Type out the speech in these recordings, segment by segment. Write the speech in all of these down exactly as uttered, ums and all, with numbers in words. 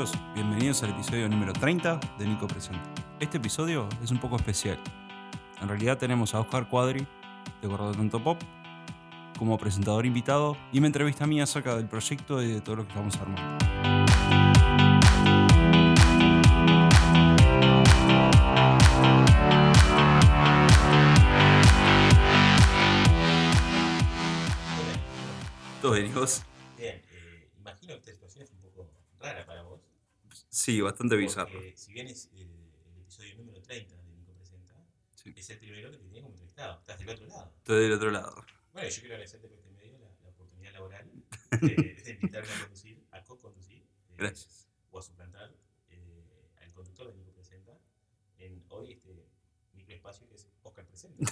muchachos, bienvenidos al episodio número treinta de Nico Presenta. Este episodio es un poco especial. En realidad tenemos a Oscar Cuadri, de Gordo Tanto Pop, como presentador invitado y me entrevista a mí acerca del proyecto y de todo lo que estamos armando. ¿Todo bien, hijos? Bien, eh, imagino que esta situación es un poco rara para vos. Sí, bastante bizarro. Porque si bien es el, el episodio número treinta de Nico Presenta, sí, es el primero que te tenía como entrevistado. Estás del otro lado. Estoy del otro lado. Bueno, yo quiero agradecerte por este medio la, la oportunidad laboral de, de invitarme a conducir, a co-conducir. Eh, Gracias. O a suplantar eh, al conductor de Nico Presenta en hoy este microespacio que es Oscar Presenta.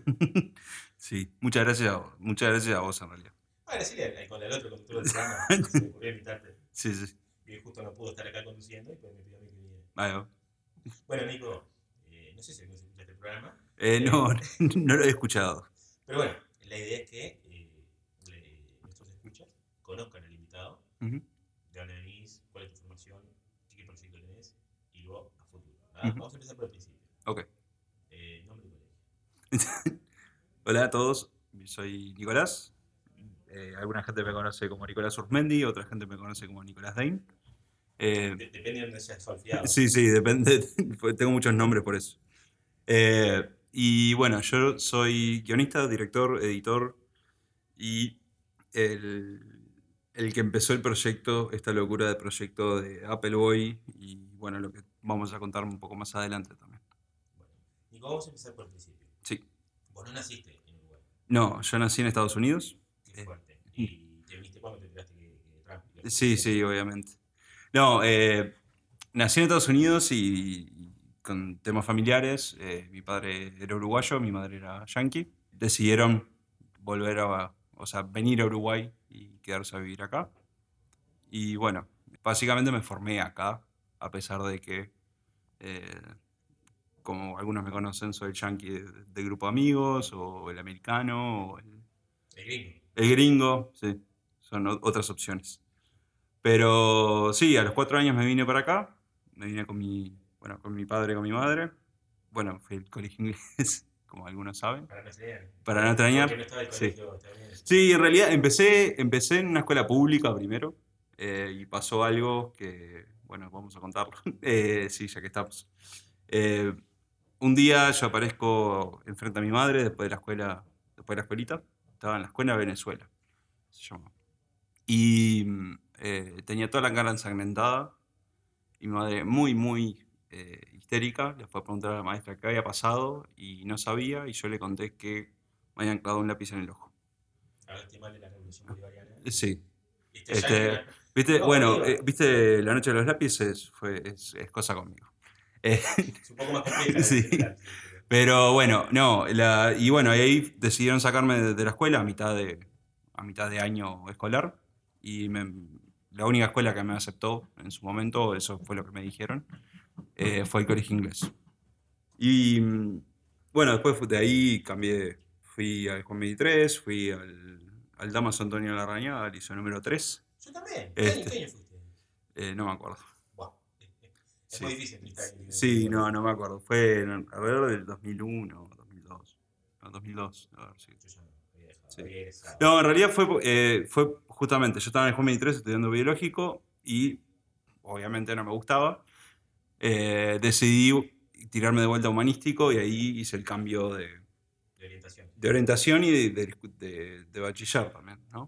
Sí, muchas gracias a vos. Muchas gracias a vos en realidad. Ah, decirle con el otro conductor del programa que se me ocurrió invitarte. Sí, sí. Y justo no pudo estar acá conduciendo y pues me pidió a mí que viniera. Ahí va. Bueno, Nico, eh, no sé si alguna vez escuchaste el programa. Eh, no, no lo he escuchado. Pero bueno, la idea es que eh, le, nuestros escuchas conozcan al invitado, uh-huh. de dónde venís, cuál es tu formación, qué proyecto tenés, y luego a futuro. Uh-huh. Vamos a empezar por el principio. Ok. Eh, nombre de colegio. Hola a todos, soy Nicolás. Eh, alguna gente me conoce como Nicolás Urzmendi, otra gente me conoce como Nicolás Dain. Eh, de, depende de dónde seas solfeado. Sí, sí, depende. Tengo muchos nombres por eso. Eh, y bueno, yo soy guionista, director, editor y el, el que empezó el proyecto, esta locura de proyecto de Apple Boy y bueno, lo que vamos a contar un poco más adelante también. Bueno, Nico, vamos a empezar por el principio. Sí. Vos no naciste en Uruguay. No, yo nací en Estados Unidos. Qué fuerte. Eh, ¿Y te viniste cuando te enteraste que, que Trump? Que sí, sí, obviamente. No, eh, nací en Estados Unidos y, y con temas familiares. Eh, mi padre era uruguayo, mi madre era yanqui. Decidieron volver a, o sea, venir a Uruguay y quedarse a vivir acá. Y bueno, básicamente me formé acá, a pesar de que, eh, como algunos me conocen, soy el yanqui de, de grupo de amigos, o el americano, o el, el gringo. El gringo, sí, son o- otras opciones. Pero sí, a los cuatro años me vine para acá, me vine con mi, bueno, con mi padre y con mi madre. Bueno, fui al colegio inglés, como algunos saben. Para no extrañar. Para no extrañar. Porque no estaba el colegio. Sí. sí, en realidad empecé, empecé en una escuela pública primero eh, y pasó algo que, bueno, vamos a contarlo. eh, sí, ya que estamos. Eh, un día yo aparezco enfrente a mi madre después de la escuela, después de la escuelita. Estaba en la escuela de Venezuela, se llamó. Y eh, tenía toda la cara ensangrentada. Y mi madre muy, muy eh, histérica. Le fue a preguntar a la maestra qué había pasado y no sabía. Y yo le conté que me habían clavado un lápiz en el ojo. ¿Hablaste mal de la revolución bolivariana? Sí. Este, este, ¿viste? No, bueno, amigo. eh, ¿viste La Noche de los Lápices? Fue, es, es cosa conmigo. Eh, es un poco más compleja. sí. General, sí, pero... pero bueno, no. La, y bueno, ahí decidieron sacarme de, de la escuela a mitad de, a mitad de año escolar. Y me, la única escuela que me aceptó en su momento, eso fue lo que me dijeron, eh, fue el colegio inglés. Y bueno, después de ahí cambié, fui al Juan veintitrés, fui al, al Damaso Antonio Larrañaga, al liceo número tres. Yo también. ¿Qué, este, año, ¿Qué año fuiste? Eh, no me acuerdo. Wow. Es sí. muy difícil. Años, sí, no, no me acuerdo. Fue en, alrededor del dos mil uno, dos mil dos. No, dos mil dos. A ver, sí. Yo ya no había dejado. Sí. Había egresado. No, en realidad fue, eh, fue justamente, yo estaba en el Juan veintitrés estudiando biológico y obviamente no me gustaba. Eh, decidí tirarme de vuelta a humanístico y ahí hice el cambio de, de orientación. De orientación y de, de, de, de bachiller también, ¿no?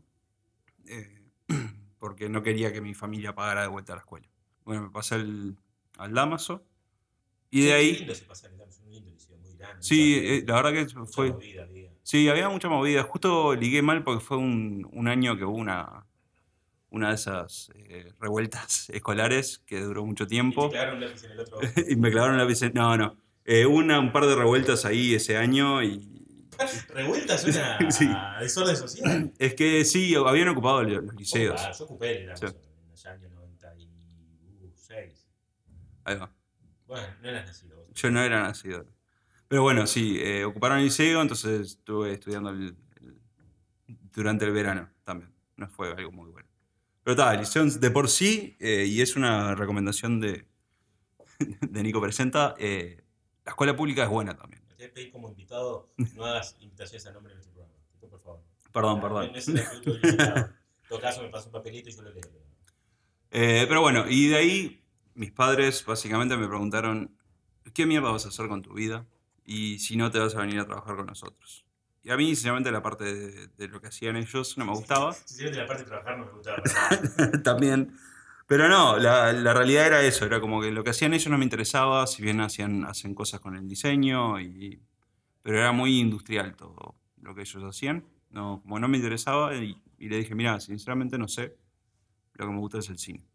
Eh, porque no quería que mi familia pagara de vuelta a la escuela. Bueno, me pasé al, al Damaso y sí, de ahí... Qué lindo se pasa en el Damaso, un lindo liceo, muy grande. Sí, mucha, eh, la verdad que mucha fue... Movida, había. Sí, había mucha movida. Justo ligué mal porque fue un, un año que hubo una, una de esas eh, revueltas escolares que duró mucho tiempo. Y te clavaron un lápiz en el otro ojo. y me clavaron un lápiz en... No, no. Eh, una, un par de revueltas ahí ese año y... ¿Revueltas suena sí. a desorden social? Es que sí, habían ocupado los liceos. Ah, yo ocupé el Damaso sí. en el año noventa y seis. Ahí va. Bueno, no eras nacido vos. Yo no era nacido. Pero bueno, sí, eh, ocuparon el liceo, entonces estuve estudiando el, el, durante el verano también. No fue algo muy bueno. Pero está, el liceo de por sí, eh, y es una recomendación de, de Nico Presenta, eh, la escuela pública es buena también. Te pedí como invitado, no hagas invitaciones a nombre de nuestro programa. Tipo, por favor. Perdón, Ah, perdón. No es el absoluto ilusionado. En todo caso, me pasó un papelito y yo lo leo. Eh, pero bueno, y de ahí mis padres básicamente me preguntaron, ¿qué mierda vas a hacer con tu vida? Y si no te vas a venir a trabajar con nosotros. Y a mí, sinceramente, la parte de, de lo que hacían ellos no me gustaba. Sinceramente, la parte de trabajar no me gustaba para nada. También. Pero no, la, la realidad era eso, era como que lo que hacían ellos no me interesaba, si bien hacían, hacen cosas con el diseño, y, pero era muy industrial todo lo que ellos hacían. No, como no me interesaba, y, y le dije, mira, sinceramente no sé, lo que me gusta es el cine.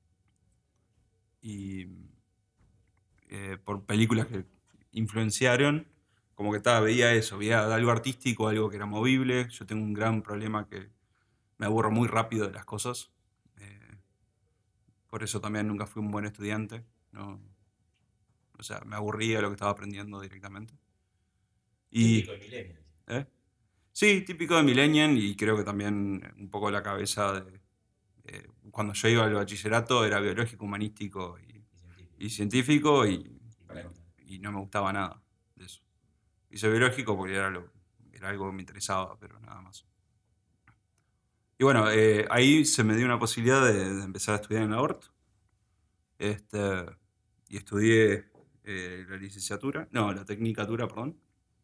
Y eh, por películas que influenciaron, como que estaba, veía eso, veía algo artístico, algo que era movible. Yo tengo un gran problema que me aburro muy rápido de las cosas. Eh, por eso también nunca fui un buen estudiante. No, o sea, me aburría lo que estaba aprendiendo directamente. Y, Típico de millennials. ¿eh? Sí, típico de Millennial, y creo que también un poco la cabeza de... Eh, cuando yo iba al bachillerato era biológico, humanístico y, y científico, y, y, y no me gustaba nada de eso. Hice biológico porque era, lo, era algo que me interesaba, pero nada más. Y bueno, eh, ahí se me dio una posibilidad de, de empezar a estudiar en la O R T. Este, y estudié eh, la licenciatura, no, la tecnicatura, perdón.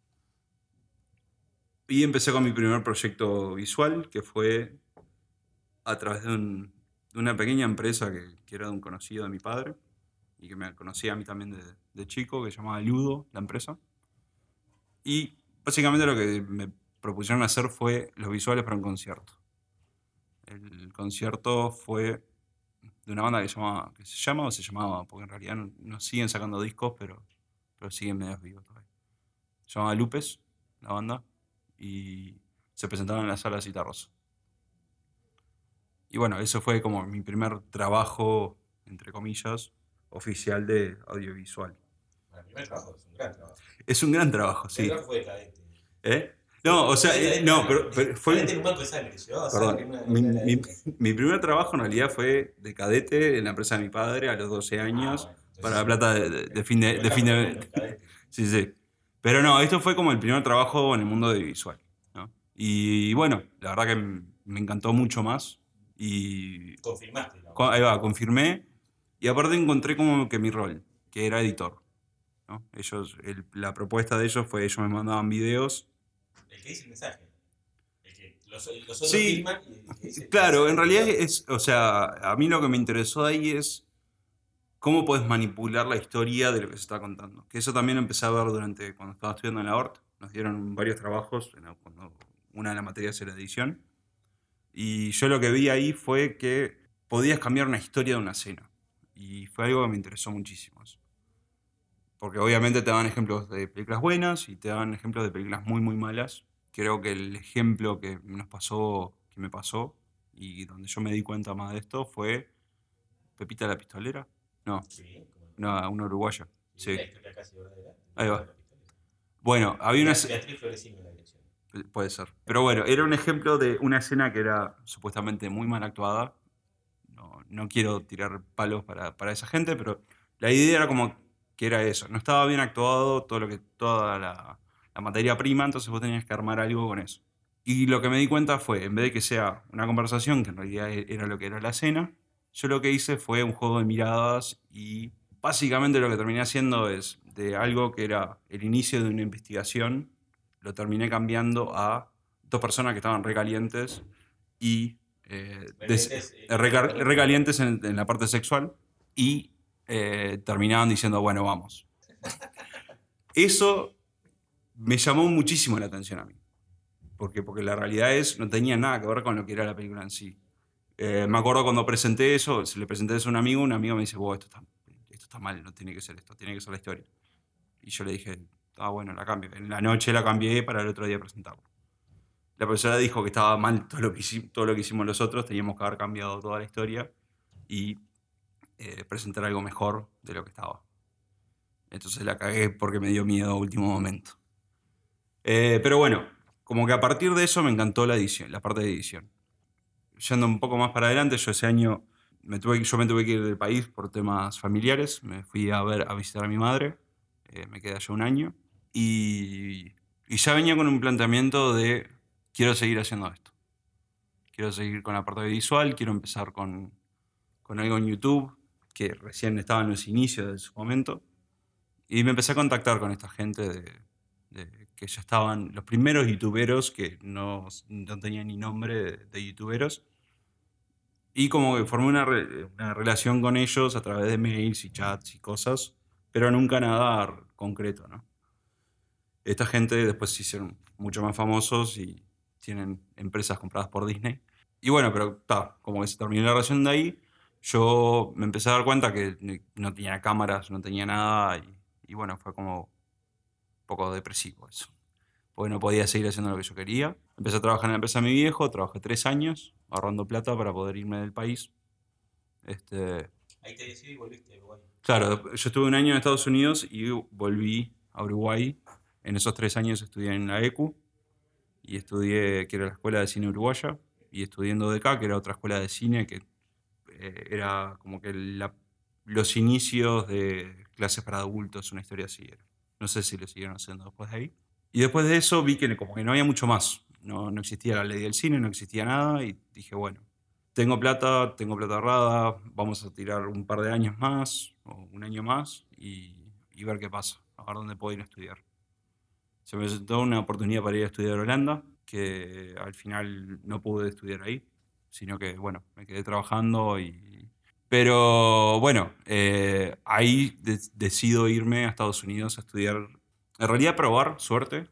Y empecé con mi primer proyecto visual, que fue a través de, un, de una pequeña empresa que, que era de un conocido de mi padre y que me conocía a mí también de, de chico, que se llamaba Ludo, la empresa. Y básicamente lo que me propusieron hacer fue los visuales para un concierto. El concierto fue de una banda que se, llama, que se llama o se llamaba, porque en realidad no, no siguen sacando discos, pero, pero siguen medios vivos todavía. Se llamaba Lupes, la banda, y se presentaron en la sala Citarrosa. Y bueno, eso fue como mi primer trabajo, entre comillas, oficial de audiovisual. El primer trabajo es un gran trabajo. Es un gran trabajo, sí. El trabajo fue de cadete. ¿Eh? No, o sea, eh, no, pero, pero fue... Cadete en un banco de sangre, llevaba sangre en Perdón, una, mi, en una mi, heladera. mi primer trabajo en realidad fue de cadete en la empresa de mi padre a los doce años, Ah, bueno, para la entonces, plata de, de- de fin de... pero de fin acá de- somos cadetes. sí, sí. Pero no, esto fue como el primer trabajo en el mundo audiovisual, ¿no? Y bueno, la verdad que m- me encantó mucho más. Y Confirmaste. La co- ahí va, confirmé. Y aparte encontré como que mi rol, que era editor, ¿no? Ellos, el- la propuesta de ellos fue, ellos me mandaban videos. El que dice el mensaje. El que los, los otros Sí, filman y el que dice el claro, mensaje en realidad del es, o sea, a mí lo que me interesó ahí es cómo puedes manipular la historia de lo que se está contando. Que eso también empecé a ver durante cuando estaba estudiando en la O R T. Nos dieron varios trabajos, en la- cuando una de las materias era edición. Y yo lo que vi ahí fue que podías cambiar una historia de una escena. Y fue algo que me interesó muchísimo eso. Porque obviamente te dan ejemplos de películas buenas y te dan ejemplos de películas muy, muy malas. Creo que el ejemplo que nos pasó, que me pasó, y donde yo me di cuenta más de esto, fue Pepita la Pistolera. No, Sí, como no, una uruguaya. sí. Sí, La historia casi verdadera. ahí va. Bueno, había una... Beatriz Beatriz Floresino en la dirección. Puede ser. Pero bueno, era un ejemplo de una escena que era supuestamente muy mal actuada. No, no quiero tirar palos para, para esa gente, pero la idea era como que era eso. No estaba bien actuado todo lo que, toda la, la materia prima, entonces vos tenías que armar algo con eso. Y lo que me di cuenta fue, en vez de que sea una conversación, que en realidad e- era lo que era la escena, yo lo que hice fue un juego de miradas y básicamente lo que terminé haciendo es de algo que era el inicio de una investigación, lo terminé cambiando a dos personas que estaban recalientes y eh, des- Recalientes, eh, eh, reca- perdón. recalientes en, en la parte sexual y eh, terminaban diciendo, bueno, vamos. Eso me llamó muchísimo la atención a mí. Porque, porque la realidad es, no tenía nada que ver con lo que era la película en sí. Eh, me acuerdo cuando presenté eso, se le presenté eso a un amigo, un amigo me dice, wow, esto está, esto está mal, no tiene que ser esto, tiene que ser la historia. Y yo le dije, ah, bueno, la cambio. En la noche la cambié para el otro día presentarlo. La profesora dijo que estaba mal todo lo que, hici- todo lo que hicimos los otros, teníamos que haber cambiado toda la historia y eh, presentar algo mejor de lo que estaba. Entonces la cagué porque me dio miedo a último momento. Eh, pero bueno, como que a partir de eso me encantó la edición, la parte de edición. yendo un poco más para adelante, yo ese año me tuve, yo me tuve que ir del país por temas familiares. Me fui a ver a visitar a mi madre. Eh, me quedé allá un año. Y, y ya venía con un planteamiento de quiero seguir haciendo esto. Quiero seguir con la parte visual, quiero empezar con, con algo en YouTube, que recién estaba en los inicios de su momento. Y me empecé a contactar con esta gente de, de que ya estaban, los primeros youtuberos que no, no tenían ni nombre de, de youtuberos. Y como que formé una, re- una relación con ellos a través de mails y chats y cosas, pero nunca nada r- concreto, ¿no? Esta gente después se hicieron mucho más famosos y tienen empresas compradas por Disney. Y bueno, pero ta, como que se terminó la relación de ahí, yo me empecé a dar cuenta que ni- no tenía cámaras, no tenía nada y, y bueno, fue como un poco depresivo eso. Porque no podía seguir haciendo lo que yo quería. Empecé a trabajar en la empresa de mi viejo, trabajé tres años ahorrando plata para poder irme del país. Este, Ahí te decido y volviste a Uruguay. claro, yo estuve un año en Estados Unidos y volví a Uruguay. En esos tres años estudié en la E C U y estudié, que era la Escuela de Cine Uruguaya, y estudié en D O D E C A, que era otra escuela de cine que eh, era como que la- los inicios de clases para adultos, una historia así era. No sé si lo siguieron haciendo después de ahí. Y después de eso vi que como que no había mucho más. No, no existía la ley del cine, no existía nada y dije, bueno, tengo plata, tengo plata ahorrada, vamos a tirar un par de años más o un año más y, y ver qué pasa, a ver dónde puedo ir a estudiar. Se me presentó una oportunidad para ir a estudiar a Holanda, que al final no pude estudiar ahí, sino que, bueno, me quedé trabajando y... Pero bueno, eh, ahí de- decido irme a Estados Unidos a estudiar, en realidad probar suerte,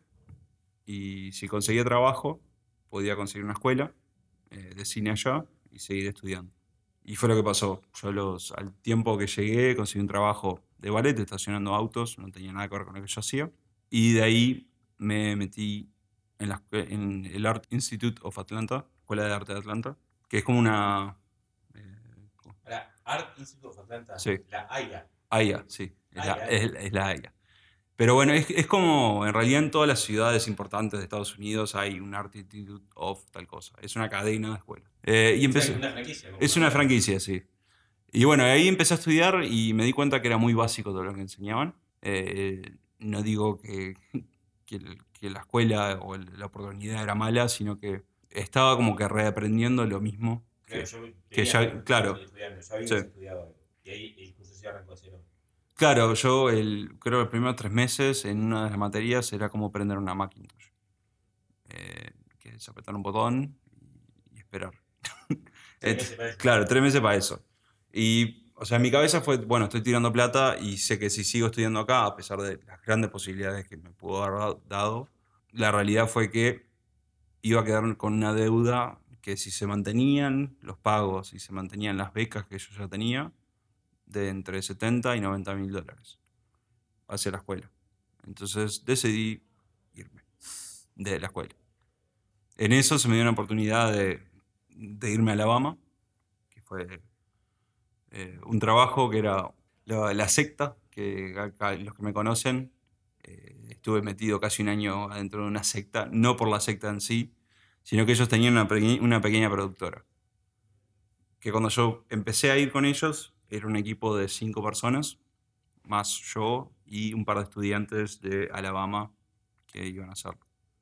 y si conseguía trabajo, podía conseguir una escuela eh, de cine allá y seguir estudiando. Y fue lo que pasó. Yo los, al tiempo que llegué conseguí un trabajo de ballet, estacionando autos, no tenía nada que ver con lo que yo hacía. Y de ahí me metí en, la, escue- en el Art Institute of Atlanta, Escuela de Arte de Atlanta, que es como una... eh, Ahora, Art Institute of Atlanta, sí, la A I A. A I A, sí, es la, A I A. es, es la A I A. Pero bueno, es, es como en realidad en todas las ciudades importantes de Estados Unidos hay un Art Institute of tal cosa. Es una cadena de escuelas. Eh, y O sea, empecé. una franquicia. Como Es una una franquicia. franquicia, sí. Y bueno, ahí empecé a estudiar y me di cuenta que era muy básico todo lo que enseñaban. Eh, no digo que, que, el- que la escuela o el- la oportunidad era mala, sino que estaba como que reaprendiendo lo mismo Claro, que, yo que venía ya, con claro, estudiando, ya sí. habías estudiado algo. Y ahí el curso se arrancó a cero. Claro, yo el, creo que los primeros tres meses en una de las materias era como prender una Macintosh. Eh, que es apretar un botón y, y esperar. Tres Et- meses para eso. claro, tres meses para eso. Y, o sea, en mi cabeza fue, bueno, estoy tirando plata y sé que si sigo estudiando acá, a pesar de las grandes posibilidades que me pudo haber da- dado, la realidad fue que iba a quedar con una deuda que si se mantenían los pagos y se mantenían las becas que yo ya tenía, de entre setenta y noventa mil dólares hacia la escuela. Entonces decidí irme de la escuela. En eso se me dio una oportunidad de, de irme a Alabama, que fue eh, un trabajo que era la, la secta, que acá los que me conocen, eh, estuve metido casi un año adentro de una secta, no por la secta en sí, sino que ellos tenían una, peque- una pequeña productora. Que cuando yo empecé a ir con ellos, era un equipo de cinco personas, más yo y un par de estudiantes de Alabama que iban a hacerlo.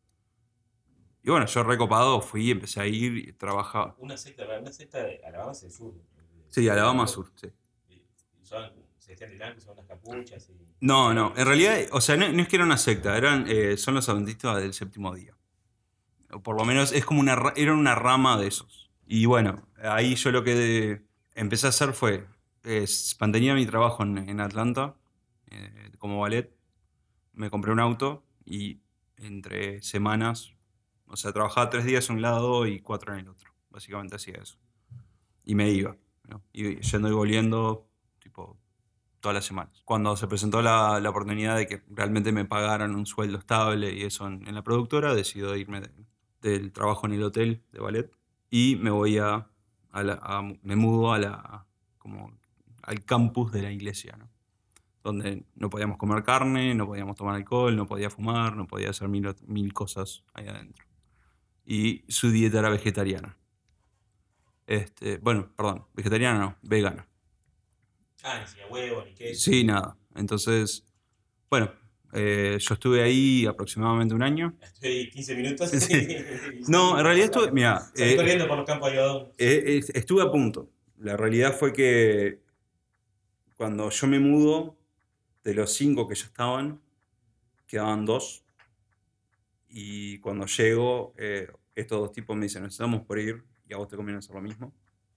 Y bueno, yo recopado fui, empecé a ir y trabajaba. Una secta, una secta de Alabama es el sur. Sí, De Alabama blanco. Sur, sí. Y usaban- se vestían de blanco, usaban las capuchas. Y, No, y no, en realidad, o sea, no, no es que era una secta, eran, eh, son los adventistas del séptimo día. O por lo menos es como una, ra- era una rama de esos. Y bueno, ahí yo lo que empecé a hacer fue, eh, mantenía mi trabajo en, en Atlanta eh, como ballet, me compré un auto y entre semanas, o sea, trabajaba tres días en un lado y cuatro en el otro. Básicamente hacía eso. Y me iba, ¿no? Y yendo y volviendo, tipo, todas las semanas. Cuando se presentó la, la oportunidad de que realmente me pagaran un sueldo estable y eso en, en la productora, decido irme de- del trabajo en el hotel de ballet y me voy a, a la- a- me mudo a la, como al campus de la iglesia, ¿no? Donde no podíamos comer carne, no podíamos tomar alcohol, no podía fumar, no podía hacer mil, ot- mil cosas ahí adentro. Y su dieta era vegetariana. Este, bueno, perdón, vegetariana no, vegana. Ah, ni siquiera huevo, ni queso. Sí, nada. Entonces, bueno, eh, yo estuve ahí aproximadamente un año. Estoy quince minutos Sí. y No, en salí, realidad estuve, mira, salí eh, corriendo por los campos de algodón. eh, eh, estuve a punto. La realidad fue que cuando yo me mudo, de los cinco que ya estaban, quedaban dos. Y cuando llego, eh, estos dos tipos me dicen, nos estamos por ir y a vos te conviene hacer lo mismo.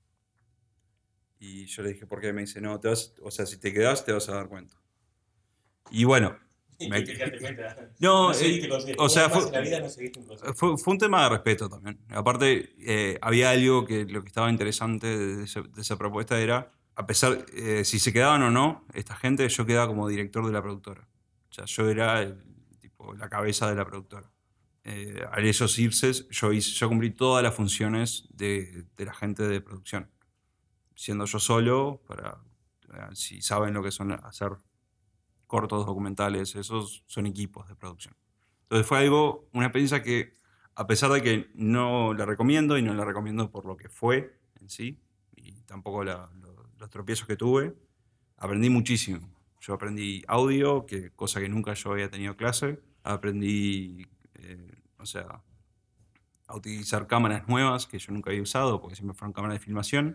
Y yo le dije, ¿por qué? Me dice, no, te vas, o sea, si te quedás te vas a dar cuenta. Y bueno, Y me- te quedaste cuenta. no, No eh, seguiste consejo. o Una sea, vez más fue, en la vida no seguiste un consejo. fue, fue un tema de respeto también. Aparte, eh, había algo que lo que estaba interesante de, ese- de esa propuesta era, a pesar, eh, si se quedaban o no, esta gente, yo quedaba como director de la productora. O sea, yo era el, tipo, la cabeza de la productora. Eh, al ellos irse, yo, hice, yo cumplí todas las funciones de, de la gente de producción. Siendo yo solo, para, eh, si saben lo que son hacer cortos documentales, esos son equipos de producción. Entonces fue algo, una experiencia que, a pesar de que no la recomiendo y no la recomiendo por lo que fue en sí, y tampoco la- lo- los tropiezos que tuve, aprendí muchísimo. Yo aprendí audio, que, cosa que nunca yo había tenido clase. Aprendí, eh, o sea, a utilizar cámaras nuevas que yo nunca había usado, porque siempre fueron cámaras de filmación.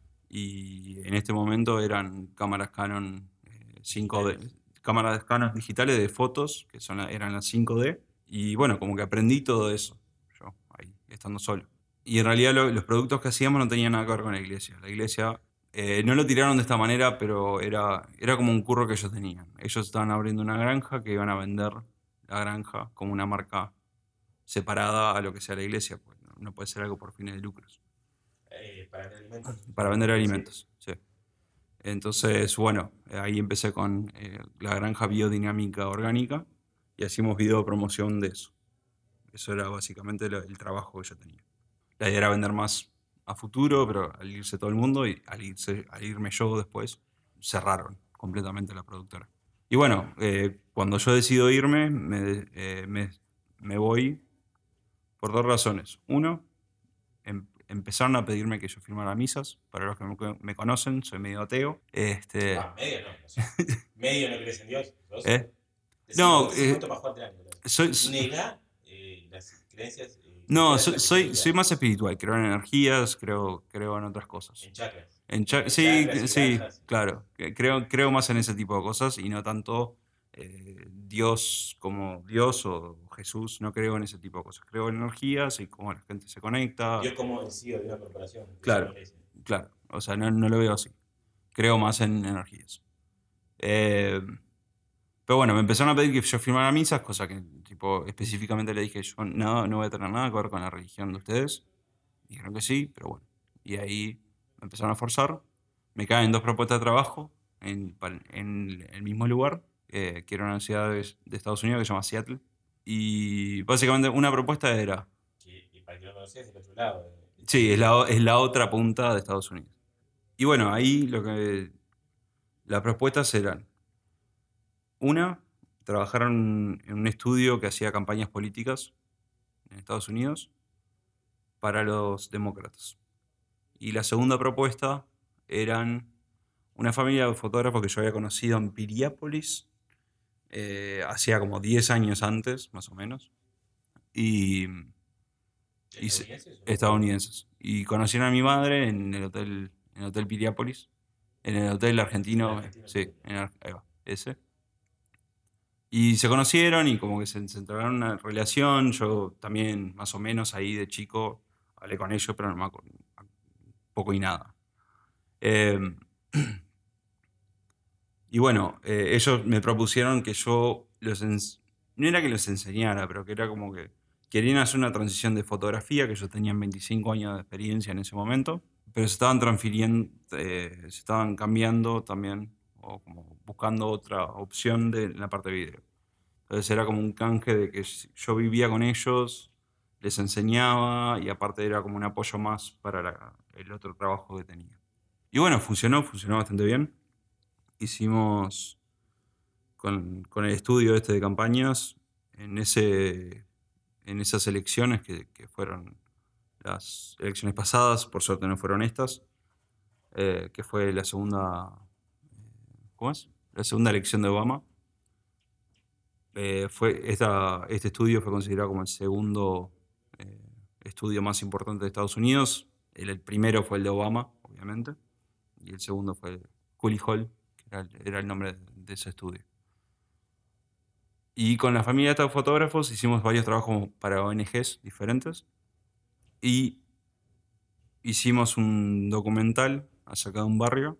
Y en este momento eran cámaras Canon eh, cinco D, cámaras Canon digitales de fotos, que son la- eran las cinco D. Y bueno, como que aprendí todo eso, yo ahí, estando solo. Y en realidad lo- los productos que hacíamos no tenían nada que ver con la iglesia. La iglesia eh, no lo tiraron de esta manera, pero era, era como un curro que ellos tenían. Ellos estaban abriendo una granja que iban a vender la granja como una marca separada a lo que sea la iglesia, pues no, no puede ser algo por fines de lucros. Eh, para vender alimentos. Para vender Sí. alimentos, sí. Entonces, bueno, ahí empecé con eh, la granja biodinámica orgánica y hacíamos video promoción de eso. Eso era básicamente lo- el trabajo que yo tenía. La idea era vender más a futuro, pero al irse todo el mundo y al, irse, al irme yo después, cerraron completamente la productora. Y bueno, eh, cuando yo decido irme, me, eh, me, me voy por dos razones. Uno, em- empezaron a pedirme que yo firmara misas. Para los que me, me conocen, soy medio ateo. Este, Ah, medio no. O sea, medio no crees en Dios. ¿Sos? ¿eh? Decí, No, decí eh, cuánto para jugarte el año. soy, so- Nega eh, las creencias eh, no, cristianas en soy, la soy, soy espiritualidad. más espiritual. Creo en energías, creo, creo en otras cosas. En chakras. En En, cha- en sí, chakras y sí, granjas. claro. Que Creo, creo más en ese tipo de cosas y no tanto eh, Dios como Dios o Jesús. No creo en ese tipo de cosas. Creo en energías y cómo la gente se conecta. Dios como el C E O de una corporación. Que es una Claro, iglesia. claro. O sea, no, no lo veo así. Creo más en energías. Eh, pero bueno, me empezaron a pedir que yo firmara misas, cosa que tipo, específicamente le dije, yo no, no voy a tener nada que ver con la religión de ustedes. Dijeron que sí, pero bueno. Y ahí me empezaron a forzar. Me caen dos propuestas de trabajo en, pa- en el mismo lugar, eh, que era una ciudad de, de Estados Unidos que se llama Seattle. Y básicamente una propuesta era, Que, y para que no conocías, del otro lado. De, de sí, Chile. es la, o- es la otra punta de Estados Unidos. Y bueno, ahí lo que las propuestas eran, una, trabajar en, en un estudio que hacía campañas políticas en Estados Unidos para los demócratas. Y la segunda propuesta eran una familia de fotógrafos que yo había conocido en Piriápolis, eh, hacía como diez años antes, más o menos, y, y se- ¿Estadounidenses? O estadounidenses. Y conocieron a mi madre en el hotel, en el hotel Piriápolis, en el hotel en argentino, Argentina? sí, en Ar- ahí va, ese. Y se conocieron y como que se, se entraron en una relación. Yo también, más o menos, ahí de chico, hablé con ellos, pero no me acuerdo, poco y nada. Eh, y bueno, eh, ellos me propusieron que yo los... ens- no era que los enseñara, pero que era como que querían hacer una transición de fotografía, que ellos tenían veinticinco años de experiencia en ese momento, pero se estaban transfiriendo, eh, se estaban cambiando también, o como buscando otra opción de la parte de video. Entonces era como un canje de que yo vivía con ellos, les enseñaba y aparte era como un apoyo más para la- el otro trabajo que tenía. Y bueno, funcionó, funcionó bastante bien. Hicimos con, con el estudio este de campañas, en, ese, en esas elecciones que, que fueron las elecciones pasadas, por suerte no fueron estas, eh, que fue la segunda, ¿cómo es? La segunda elección de Obama. Eh, fue esta, este estudio fue considerado como el segundo eh, estudio más importante de Estados Unidos. El, el primero fue el de Obama, obviamente, y el segundo fue Cooley Hall, que era, era el nombre de, de ese estudio. Y con la familia de estos fotógrafos hicimos varios trabajos para O N Ges diferentes y hicimos un documental acerca de un barrio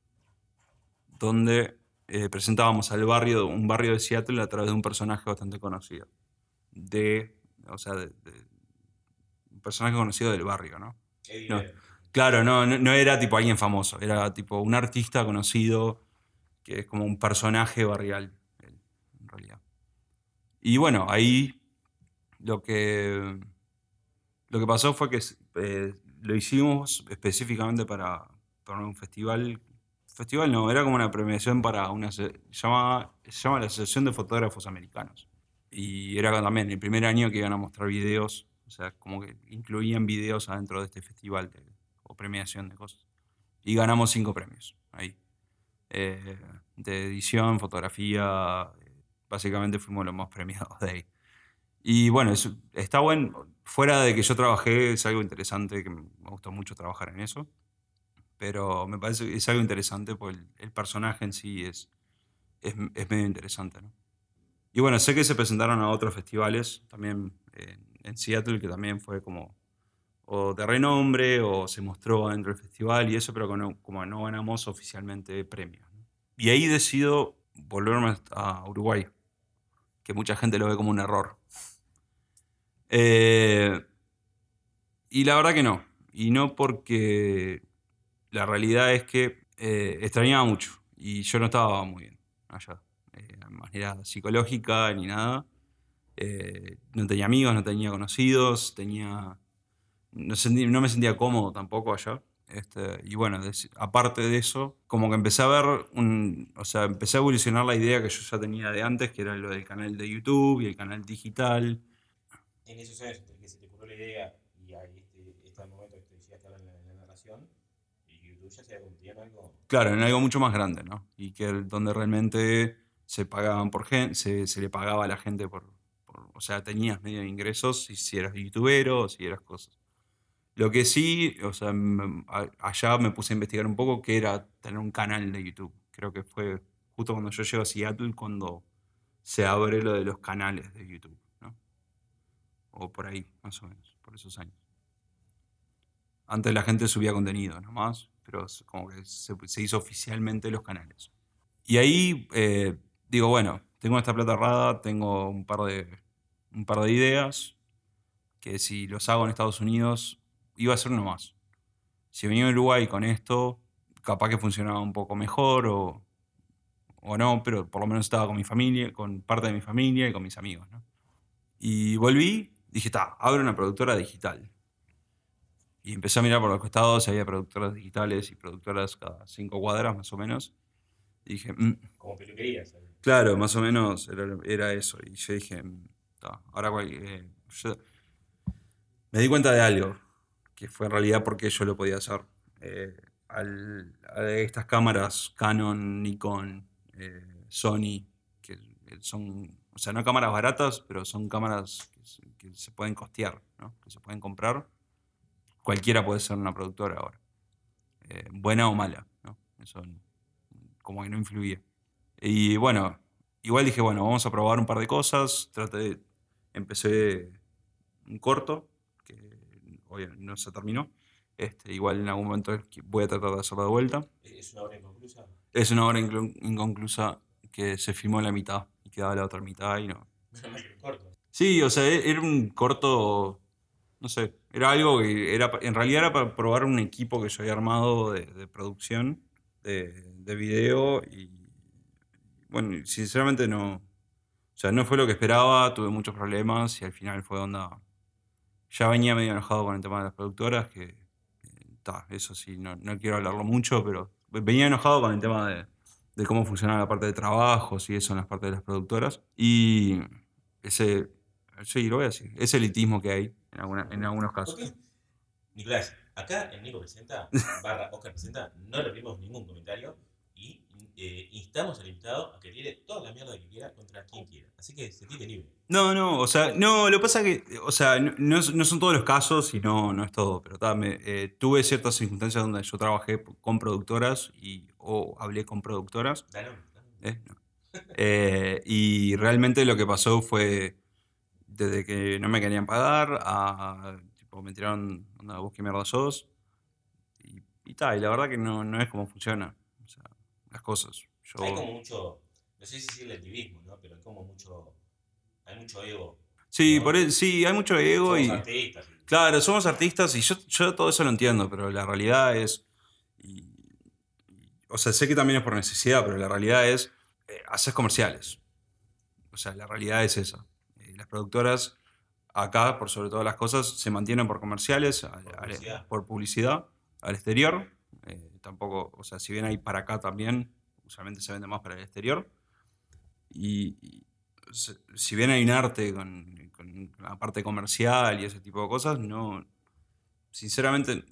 donde eh, presentábamos al barrio, un barrio de Seattle a través de un personaje bastante conocido. De, o sea, de, de un personaje conocido del barrio, ¿no? No, claro, no, no, no era tipo alguien famoso, era tipo un artista conocido que es como un personaje barrial, en realidad. Y bueno, ahí lo que, lo que pasó fue que eh, lo hicimos específicamente para, para un festival. Festival no, era como una premiación para una. Se llama, se llama la Asociación de Fotógrafos Americanos. Y era también el primer año que iban a mostrar videos, o sea, como que incluían videos adentro de este festival de, o premiación de cosas. Y ganamos cinco premios ahí. Eh, de edición, fotografía, básicamente fuimos los más premiados de ahí. Y bueno, es, está bueno, fuera de que yo trabajé, es algo interesante, que me gustó mucho trabajar en eso, pero me parece que es algo interesante porque el, el personaje en sí es, es, es medio interesante, ¿no? Y bueno, sé que se presentaron a otros festivales también en, en Seattle, que también fue como o de renombre o se mostró dentro del festival y eso, pero como no, como no ganamos oficialmente premios, ¿no? Y ahí decido volverme a Uruguay, que mucha gente lo ve como un error. Eh, y la verdad que no. Y no porque la realidad es que eh, extrañaba mucho y yo no estaba muy bien allá, eh, de manera psicológica ni nada. Eh, no tenía amigos, no tenía conocidos, tenía, no, sentí, no me sentía cómodo tampoco allá. Este, y bueno, des, aparte de eso, como que empecé a ver, un, o sea, empecé a evolucionar la idea que yo ya tenía de antes, que era lo del canal de YouTube y el canal digital. En esos años entre que se te ocurrió la idea y ahí este, este momento que te llegaste a hablar en la, en la narración, y YouTube ya se había convertido en algo... Claro, en algo mucho más grande, ¿no? Y que donde realmente se pagaban por gente, se, se le pagaba a la gente por, por, o sea, tenías medio de ingresos si, si eras youtubero o si eras cosas. Lo que sí, o sea, m- a- allá me puse a investigar un poco qué era tener un canal de YouTube. Creo que fue justo cuando yo llego a Seattle cuando se abre lo de los canales de YouTube, ¿no? O por ahí, más o menos, por esos años. Antes la gente subía contenido nomás, pero es como que se, se hizo oficialmente los canales. Y ahí eh, digo, bueno, tengo esta plata ahorrada, tengo un par de, un par de ideas, que si los hago en Estados Unidos, iba a ser uno más. Si venía a Uruguay con esto, capaz que funcionaba un poco mejor o, o no, pero por lo menos estaba con mi familia, con parte de mi familia y con mis amigos, ¿no? Y volví, dije, está, abro una productora digital. Y empecé a mirar por los costados si había productoras digitales y productoras cada cinco cuadras más o menos. Y dije, mm, Como peluquería, ¿sabes? claro, más o menos era, era eso. Y yo dije, mm, ta, ahora cual- eh, yo me di cuenta de algo, que fue en realidad porque yo lo podía hacer. Eh, al- a estas cámaras Canon, Nikon, eh, Sony, que son, o sea, no cámaras baratas, pero son cámaras que, se que se pueden costear, ¿no? Que se pueden comprar. Cualquiera puede ser una productora ahora, eh, buena o mala, ¿no? Eso como que no influía. Y bueno, igual dije, bueno, vamos a probar un par de cosas. Traté de, empecé un corto, que hoy no se terminó. Este, igual en algún momento voy a tratar de hacerlo de vuelta. ¿Es una obra inconclusa? Es una obra inclu- inconclusa que se filmó en la mitad y quedaba la otra mitad y no. Corto. Sí, o sea, e- era un corto, no sé, era algo que era, en realidad era para probar un equipo que yo había armado de, de producción, de, de video y bueno, sinceramente no, o sea, no fue lo que esperaba, tuve muchos problemas y al final fue onda, ya venía medio enojado con el tema de las productoras, que, ta, eso sí, no, no quiero hablarlo mucho, pero venía enojado con el tema de, de cómo funcionaba la parte de trabajos y eso en las partes de las productoras. Y ese, sí, lo voy a decir, ese elitismo que hay en, alguna- en algunos ¿Por casos. qué? Nicolás, acá en Nico Presenta, barra Oscar Presenta, no le abrimos ningún comentario y eh, instamos al invitado a que tire toda la mierda que quiera contra quien quiera. Así que sentite libre. No, no, o sea, no, lo que pasa es que, o sea, no, no es- no son todos los casos y no, no es todo, pero ta, me, eh, tuve ciertas circunstancias donde yo trabajé con productoras y, o hablé con productoras. Dale, dale. ¿Eh? No. Eh, y realmente lo que pasó fue desde que no me querían pagar a tipo me tiraron una voz que mierda sos y, y tal, y la verdad que no, no es como funciona, o sea, las cosas. Hay Yo como mucho, no sé si decirle activismo, ¿no? Pero hay como mucho, hay mucho ego, sí, por ¿no? e- sí, hay mucho ego Somos y artistas. Y, claro, somos artistas y yo, yo todo eso lo entiendo, pero la realidad es y- y- o sea, sé que también es por necesidad, pero la realidad es eh, haces comerciales. O sea, la realidad es esa. Eh, las productoras acá, por sobre todas las cosas, se mantienen por comerciales, al- por al- publicidad. por publicidad al exterior. Eh, tampoco, o sea, si bien hay para acá también, usualmente se vende más para el exterior. Y, y se- si bien hay un arte con, con la parte comercial y ese tipo de cosas, no, sinceramente,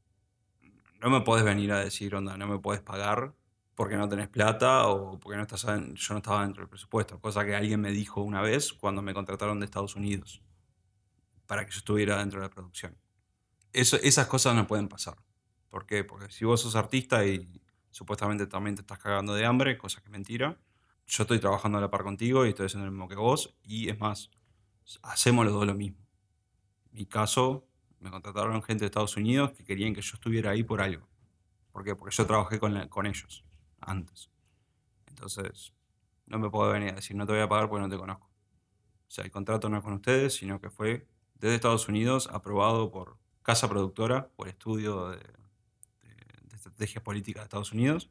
no me podés venir a decir, onda, no me podés pagar porque no tenés plata o porque no estás, en- yo no estaba dentro del presupuesto, cosa que alguien me dijo una vez cuando me contrataron de Estados Unidos para que yo estuviera dentro de la producción. Eso, esas cosas no pueden pasar. ¿Por qué? Porque si vos sos artista y supuestamente también te estás cagando de hambre, cosa que es mentira, yo estoy trabajando a la par contigo y estoy haciendo lo mismo que vos y es más, hacemos los dos lo mismo. En mi caso, me contrataron gente de Estados Unidos que querían que yo estuviera ahí por algo. ¿Por qué? Porque yo trabajé con, la- con ellos antes. Entonces, no me puedo venir a decir, no te voy a pagar porque no te conozco. O sea, el contrato no es con ustedes, sino que fue desde Estados Unidos, aprobado por Casa Productora, por Estudio de, de, de Estrategias Políticas de Estados Unidos,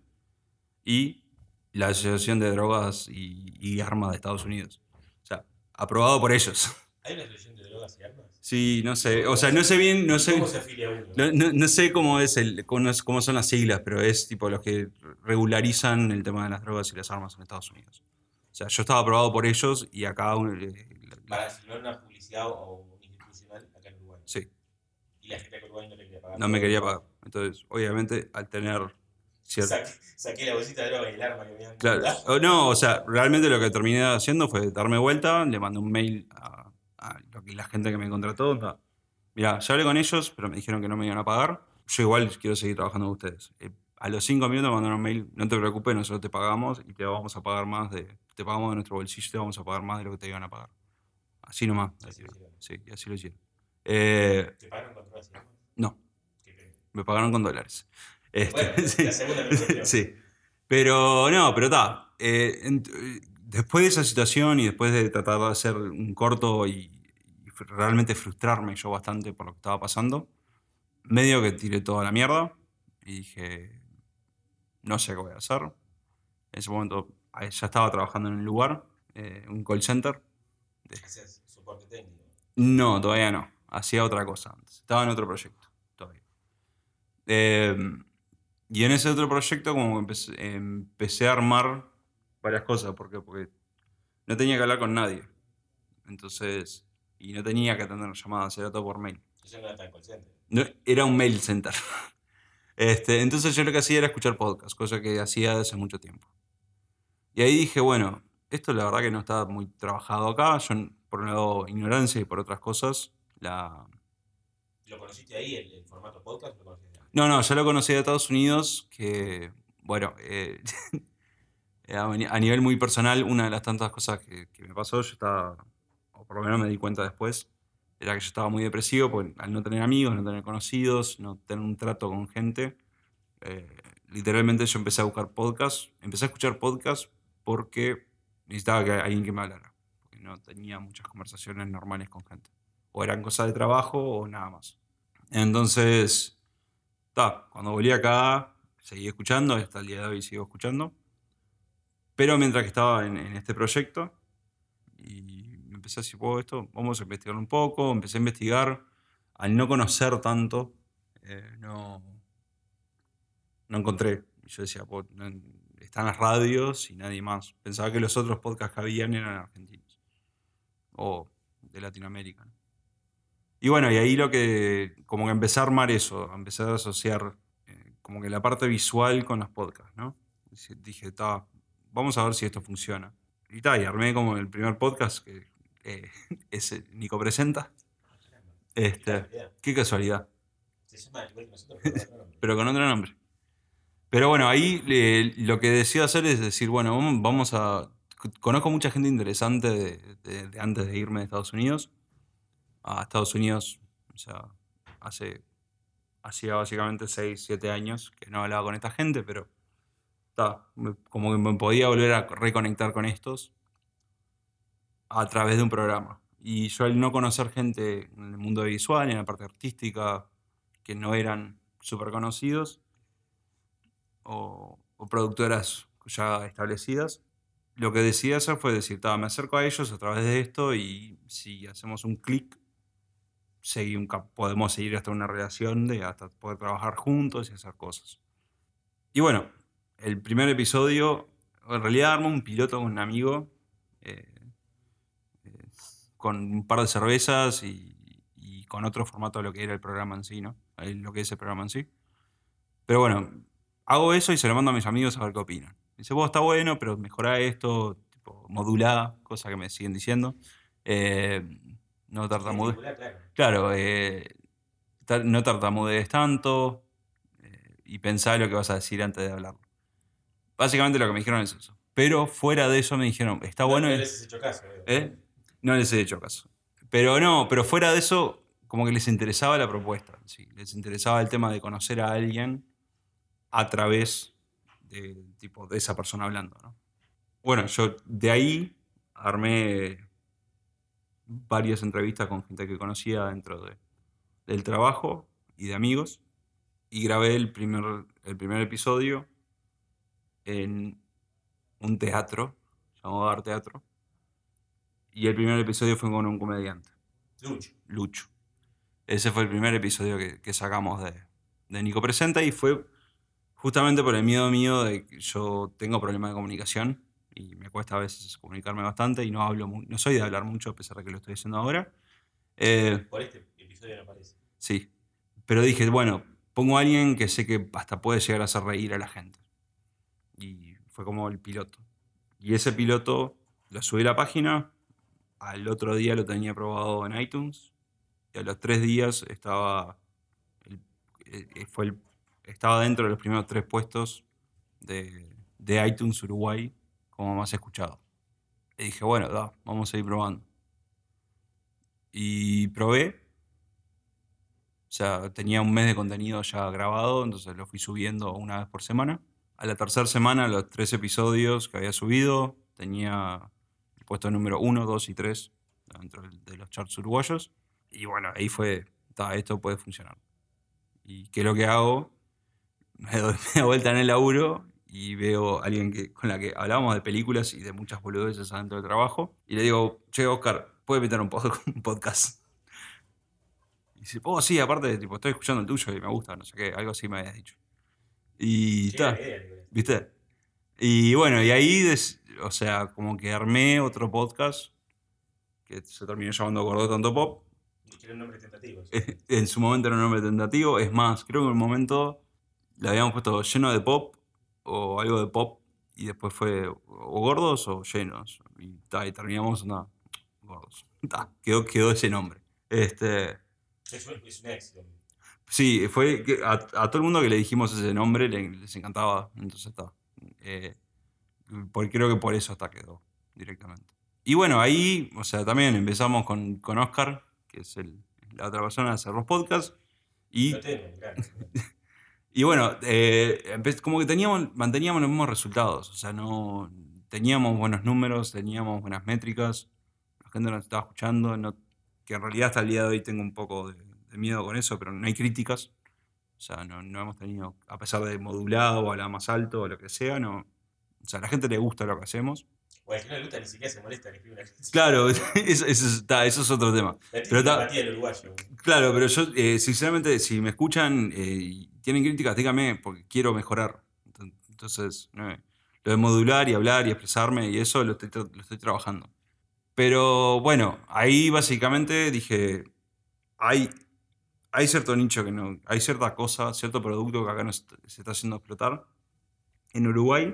y la Asociación de Drogas y, y Armas de Estados Unidos. O sea, aprobado por ellos. ¿Hay una asociación de drogas y armas? Sí, no ¿Y sé, cómo, o cómo sea, se, no sé bien, no y sé, cómo se afilia uno? no, no- no sé cómo es el, cómo, es- cómo son las siglas, pero es tipo los que regularizan el tema de las drogas y las armas en Estados Unidos. O sea, yo estaba aprobado por ellos y acá eh, la- la- Para firmar una publicidad o un institucional acá en Uruguay. sí, Y la gente acá en Uruguay no le quería pagar. no me quería pagar. Entonces, obviamente, al tener cierto... Saqué, saqué la bolsita de droga y el arma que me habían Claro, comprado. o no, o sea, realmente lo que terminé haciendo fue darme vuelta, le mandé un mail a, a lo que- la gente que me contrató. onda, Mirá, ya hablé con ellos, pero me dijeron que no me iban a pagar. Yo igual quiero seguir trabajando con ustedes. Eh, a los cinco minutos me mandaron un mail, no te preocupes, nosotros te pagamos y te vamos a pagar más de, te pagamos de nuestro bolsillo y te vamos a pagar más de lo que te iban a pagar. Así nomás. Así lo hicieron. Sí, y así lo hicieron. Eh, ¿Te pagaron con drogas y armas? no, Qué pena. me pagaron con dólares. Este, Bueno, sí, la segunda mejor opción. sí. Pero no, pero está. Después de esa situación y después de tratar de hacer un corto y, y fr- realmente frustrarme yo bastante por lo que estaba pasando, medio que tiré toda la mierda y dije, no sé qué voy a hacer. En ese momento eh, ya estaba trabajando en un lugar, eh, un call center. de- Hacías soporte técnico. No, todavía no. Hacía otra cosa antes. Estaba en otro proyecto todavía. Eh, y en ese otro proyecto como que empecé, empecé a armar varias cosas. ¿Por qué? Porque no tenía que hablar con nadie. Entonces, y no tenía que atender llamadas, era todo por mail. Eso no era tan consciente. No, era un mail center. Este, entonces yo lo que hacía era escuchar podcast, cosa que hacía desde hace mucho tiempo. Y ahí dije, bueno, esto la verdad que no está muy trabajado acá. Yo, por un lado, ignorancia y por otras cosas, la... ¿Lo conociste ahí, el, el formato podcast? ¿Lo conociste ahí? No, no, ya lo conocí de Estados Unidos, que, bueno, eh, a a nivel muy personal, una de las tantas cosas que, que me pasó, yo estaba, o por lo menos me di cuenta después, era que yo estaba muy depresivo porque al no tener amigos, no tener conocidos, no tener un trato con gente, eh, literalmente yo empecé a buscar podcasts, empecé a escuchar podcasts porque necesitaba que alguien que me hablara, porque no tenía muchas conversaciones normales con gente. O eran cosas de trabajo o nada más. Entonces, ta, cuando volví acá, seguí escuchando, hasta el día de hoy sigo escuchando. Pero mientras que estaba en, en este proyecto, y me empecé a decir, "Wow, esto vamos a investigar un poco", empecé a investigar. Al no conocer tanto, eh, no, no encontré. Y yo decía, "Po, no- están las radios y nadie más". Pensaba que los otros podcasts que habían eran argentinos o de Latinoamérica, ¿no? Y bueno, y ahí lo que, como que empecé a armar eso, empecé a asociar eh, como que la parte visual con los podcasts, ¿no? Dije, ta, vamos a ver si esto funciona. Y ta, y armé como el primer podcast que eh, es eh, Nico Presenta. Este, qué casualidad. Se llama igual que nosotros, pero con otro nombre. Pero con otro nombre. Pero bueno, ahí eh, lo que decido hacer es decir, bueno, vamos- vamos a... Conozco mucha gente interesante de, de- de antes de irme de Estados Unidos. A Estados Unidos, o sea, hace... Hacía básicamente seis siete años que no hablaba con esta gente, pero ta, me- como que me podía volver a reconectar con estos a través de un programa. Y yo al no conocer gente en el mundo visual y en la parte artística que no eran súper conocidos o, o productoras ya establecidas, lo que decidí hacer fue decir, "Ta, me acerco a ellos a través de esto y si hacemos un clic, segui- un cap- podemos seguir hasta una relación de hasta poder trabajar juntos y hacer cosas". Y bueno, el primer episodio, en realidad armé un piloto con un amigo, eh, eh, con un par de cervezas y, y con otro formato de lo que era el programa en sí, ¿no? Eh, Lo que es el programa en sí. Pero bueno, hago eso y se lo mando a mis amigos a ver qué opinan. Dice, vos está bueno, pero mejorá esto, tipo, modulá, cosa que me siguen diciendo. Eh, no tartamudees. Gesticular, claro. Claro, eh, tar- no tartamudees tanto eh, y pensá lo que vas a decir antes de hablar. Básicamente lo que me dijeron es eso. Pero fuera de eso me dijeron, está No, bueno. no y- les has hecho caso. eh. ¿Eh? No les he hecho caso. Pero no, pero fuera de eso, como que les interesaba la propuesta. Sí, les interesaba el tema de conocer a alguien a través de, tipo, de esa persona hablando, ¿no? Bueno, yo de ahí armé varias entrevistas con gente que conocía dentro de- del trabajo y de amigos. Y grabé el primer, el primer episodio en un teatro, llamado Bar Teatro. Y el primer episodio fue con un comediante, Lucho. Lucho. Ese fue el primer episodio que, que sacamos de, de Nico Presenta y fue justamente por el miedo mío de que yo tengo problemas de comunicación y me cuesta a veces comunicarme bastante y no hablo mu- no soy de hablar mucho a pesar de que lo estoy haciendo ahora. Eh, Por este episodio no aparece. sí, pero dije, bueno, pongo a alguien que sé que hasta puede llegar a hacer reír a la gente. Y fue como el piloto. Y ese piloto lo subí a la página, al otro día lo tenía probado en iTunes y a los tres días estaba, el- eh, fue el- estaba dentro de los primeros tres puestos de, de iTunes Uruguay como más escuchado. Y dije, bueno, da, vamos a ir probando. Y probé, o sea, tenía un mes de contenido ya grabado, entonces lo fui subiendo una vez por semana. A la tercera semana, los tres episodios que había subido, tenía el puesto número uno, dos y tres dentro de los charts uruguayos. Y bueno, ahí fue, ta, esto puede funcionar. ¿Y qué es lo que hago? Me doy media vuelta en el laburo y veo a alguien que, con la que hablábamos de películas y de muchas boludeces adentro del trabajo. Y le digo, che, Oscar, ¿puedes meter un, pod- un podcast? Y dice, oh, sí, aparte, tipo, estoy escuchando el tuyo y me gusta, no sé qué, algo así me habías dicho. Y Qué gran está, idea, Nicolás. ¿viste? Y bueno, y ahí, des- o sea, como que armé otro podcast que se terminó llamando Gordo Tanto Pop. Y quiero un nombre tentativo. sí. En su momento era un nombre tentativo, es más, creo que en un momento le habíamos puesto lleno de pop o algo de pop y después fue o gordos o llenos. Y, ta, y terminamos, no, gordos. Ta, quedó, quedó ese nombre. Este, Es un, es un éxito. sí, fue que a, a todo el mundo que le dijimos ese nombre le- les encantaba, entonces está. Eh, por- creo que por eso hasta quedó directamente. Y bueno, ahí, o sea, también empezamos con, con Oscar, que es el- la otra persona, a hacer los podcasts. Y Lo tengo, grande. Y bueno, eh, empe- como que teníamos, manteníamos los mismos resultados. O sea, no teníamos buenos números, teníamos buenas métricas, la gente nos estaba escuchando, no, que en realidad hasta el día de hoy tengo un poco de, de miedo con eso, pero no hay críticas. O sea, no, no hemos tenido, a pesar de modulado o hablar más alto o lo que sea, no. O sea, a la gente le gusta lo que hacemos. O al que no le gusta ni siquiera se molesta en escribir una crítica. Claro, eso, eso, está, eso es otro tema. La Pero típica ta- empatía del uruguayo. Claro, pero yo, eh, sinceramente, si me escuchan eh, y tienen críticas, díganme, porque quiero mejorar. Ent- Entonces, no, lo de modular y hablar y expresarme y eso lo estoy, tra- lo estoy trabajando. Pero bueno, ahí básicamente dije, hay, hay cierto nicho que no, hay cierta cosa, cierto producto que acá no se se está haciendo explotar en Uruguay.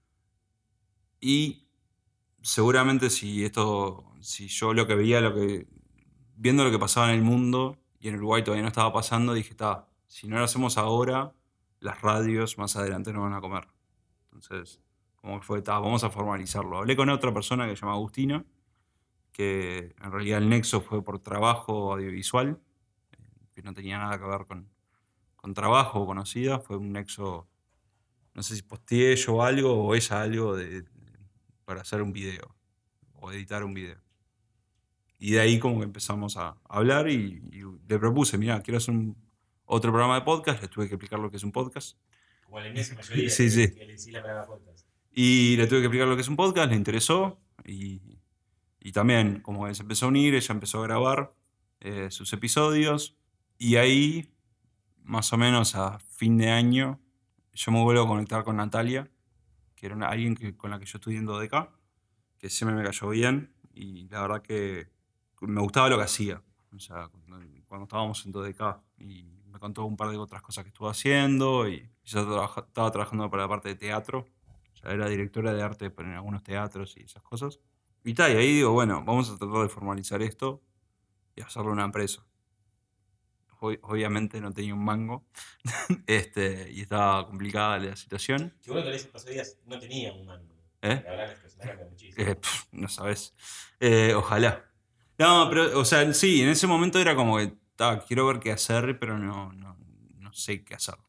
Y seguramente si esto, si yo lo que veía, lo que, viendo lo que pasaba en el mundo y en Uruguay todavía no estaba pasando, dije, está, si no lo hacemos ahora, las radios más adelante nos van a comer. Entonces, como que fue, está, vamos a formalizarlo. Hablé con otra persona que se llama Agustina, que en realidad el nexo fue por trabajo audiovisual, que no tenía nada que ver con, con trabajo o conocida, fue un nexo, no sé si posteé yo algo o ella algo de, para hacer un video o editar un video. Y de ahí como que empezamos a hablar y, y le propuse, mira, quiero hacer un, otro programa de podcast, le tuve que explicar lo que es un podcast. Como la inmensa mayoría sí, que, sí. que le decía la palabra podcast. Y le tuve que explicar lo que es un podcast, le interesó y, y también como que se empezó a unir, ella empezó a grabar eh, sus episodios y ahí, más o menos a fin de año, yo me vuelvo a conectar con Natalia, que era una, alguien que, con la que yo estudié en Dodeca, que siempre me cayó bien y la verdad que me gustaba lo que hacía. O sea, cuando, cuando estábamos en Dodeca y me contó un par de otras cosas que estuvo haciendo y yo trabaja, estaba trabajando para la parte de teatro. O sea, era directora de arte en algunos teatros y esas cosas. Y tal, y ahí digo, bueno, vamos a tratar de formalizar esto y hacerlo una empresa. Obviamente no tenía un mango este, y estaba complicada la situación. Qué bueno que en esos pasos días no tenía un mango. ¿Eh? La verdad es que cambia muchísimo. Eh, pff, no sabes. Eh, ojalá. No, pero, o sea, sí, en ese momento era como que, ta, quiero ver qué hacer, pero no, no, no sé qué hacer.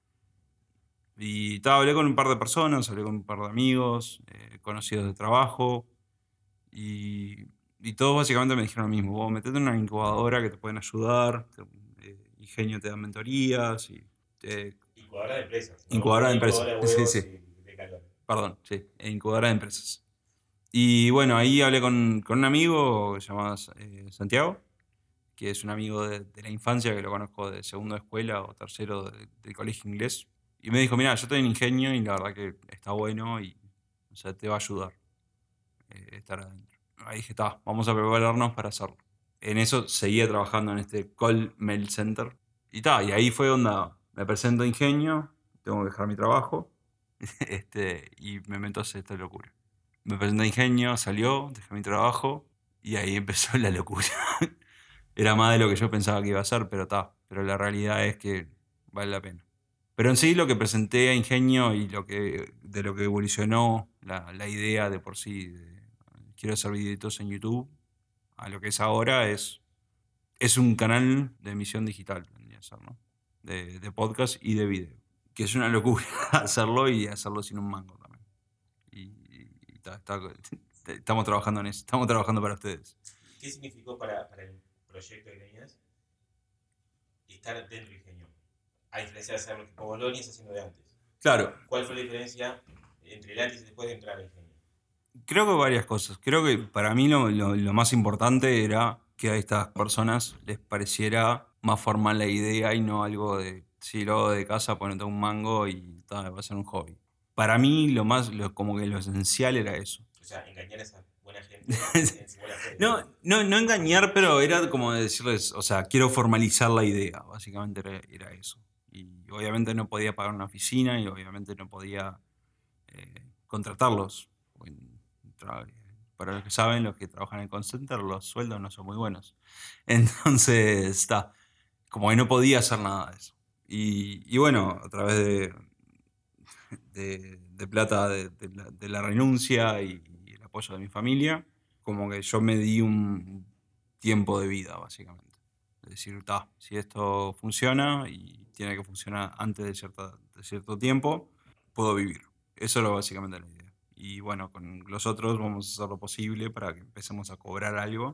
Y ta, hablé con un par de personas, hablé con un par de amigos, eh, conocidos de trabajo, y, y todos básicamente me dijeron lo mismo. Vos metete en una incubadora que te pueden ayudar, te, eh, Ingenio te da mentorías, y te, Incubadora de empresas. ¿No? incubadora de empresas. Incubadora de Sí, huevos sí. y de calor. Perdón, sí, incubadora de empresas. Y bueno, ahí hablé con, con un amigo que se llama eh, Santiago, que es un amigo de, de la infancia, que lo conozco de segundo de escuela o tercero de- del colegio inglés. Y me dijo, mira, yo estoy en Ingenio y la verdad que está bueno y o sea, te va a ayudar eh, estar adentro. Ahí dije, está, vamos a prepararnos para hacerlo. En eso seguía trabajando en este Call Mail Center. Y ta, y ahí fue donde me presento a Ingenio, tengo que dejar mi trabajo este, y me meto a hacer esta locura. Me presenté a Ingenio, salió, dejé mi trabajo y ahí empezó la locura. Era más de lo que yo pensaba que iba a ser, pero está. Pero la realidad es que vale la pena. Pero en sí lo que presenté a Ingenio y lo que, de lo que evolucionó la, la idea de por sí, de, quiero hacer videitos en YouTube, a lo que es ahora es, es un canal de emisión digital, vendría a ser, ¿no? De, de podcast y de video. Que es una locura hacerlo y hacerlo sin un mango también. Y, y ta, está, estamos trabajando en eso, estamos trabajando para ustedes. ¿Qué significó para, para el proyecto que tenías estar dentro de Ingenio? A diferencia de hacer lo que como lo venías haciendo de antes. Claro. ¿Cuál fue la diferencia entre el antes y después de entrar a Ingenio? Creo que varias cosas. Creo que para mí lo, lo, lo más importante era que a estas personas les pareciera más formal la idea y no algo de, si lo hago de casa, ponete un mango y tal, va a ser un hobby. Para mí lo más, lo, como que lo esencial era eso. O sea, engañar a esa buena gente en su buena fe. No, no, no engañar, pero era como decirles, o sea, quiero formalizar la idea, básicamente era, era eso. Y obviamente no podía pagar una oficina y obviamente no podía eh, contratarlos. Para los que saben, los que trabajan en el call center, los sueldos no son muy buenos. Entonces, está, como que no podía hacer nada de eso. Y, y bueno, a través de, de, de plata de, de, la, de la renuncia y, y el apoyo de mi familia, como que yo me di un tiempo de vida, básicamente. Es decir, está, si esto funciona y tiene que funcionar antes de, cierta, de cierto tiempo, puedo vivir. Eso era básicamente la idea. Y bueno, con los otros vamos a hacer lo posible para que empecemos a cobrar algo.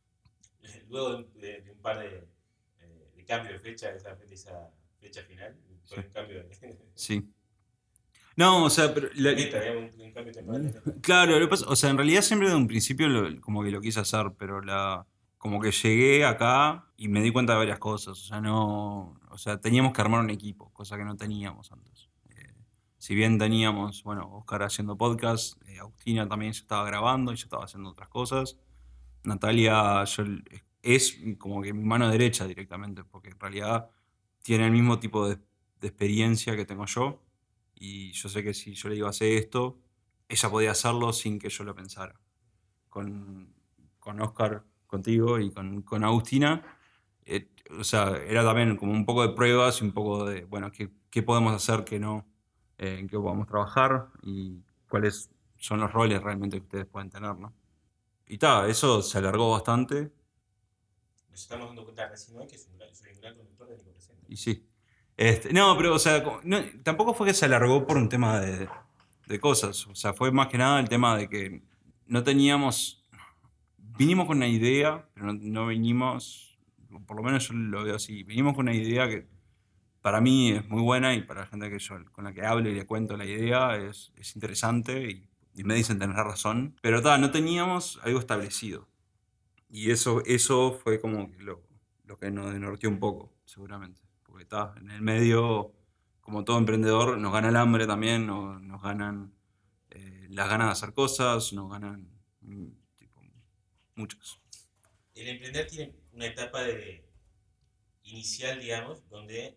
Luego de, de un par de, de cambio de fecha, de esa, de esa fecha final, fue sí. un cambio de... Sí. No, o sea, pero... La, Neta, un, un cambio temporal. Claro, lo que pasa, o sea, en realidad siempre de un principio lo, como que lo quise hacer, pero la... Como que llegué acá y me di cuenta de varias cosas. O sea, no... O sea, teníamos que armar un equipo, cosa que no teníamos antes. Si bien teníamos, bueno, Oscar haciendo podcast, eh, Agustina también ya estaba grabando y yo estaba haciendo otras cosas. Natalia, yo es como que mi mano derecha directamente, porque en realidad tiene el mismo tipo de, de experiencia que tengo yo, y yo sé que si yo le iba a hacer esto, ella podía hacerlo sin que yo lo pensara. Con, con Oscar, contigo y con, con Agustina, eh, o sea, era también como un poco de pruebas y un poco de, bueno, qué, qué podemos hacer, qué no, eh, en qué podemos trabajar y cuáles son los roles realmente que ustedes pueden tener, ¿no? Y tal, eso se alargó bastante. Nos estamos dando cuenta recién hoy que es un gran, soy un gran conductor de Nico Presente. Y sí. Este, no, pero, o sea, como- no, tampoco fue que se alargó por un tema de, de cosas. O sea, fue más que nada el tema de que no teníamos. Vinimos con una idea, pero no, no vinimos. Por lo menos yo lo veo así. Vinimos con una idea que para mí es muy buena y para la gente que yo, con la que hablo y le cuento la idea es, es interesante y, y me dicen tener razón. Pero tal, no teníamos algo establecido. Y eso, eso fue como que lo, lo que nos desnorteó un poco, seguramente. Porque está, en el medio, como todo emprendedor, nos gana el hambre también, nos, nos ganan eh, las ganas de hacer cosas, nos ganan mm, tipo, muchos. El emprender tiene una etapa de inicial, digamos, donde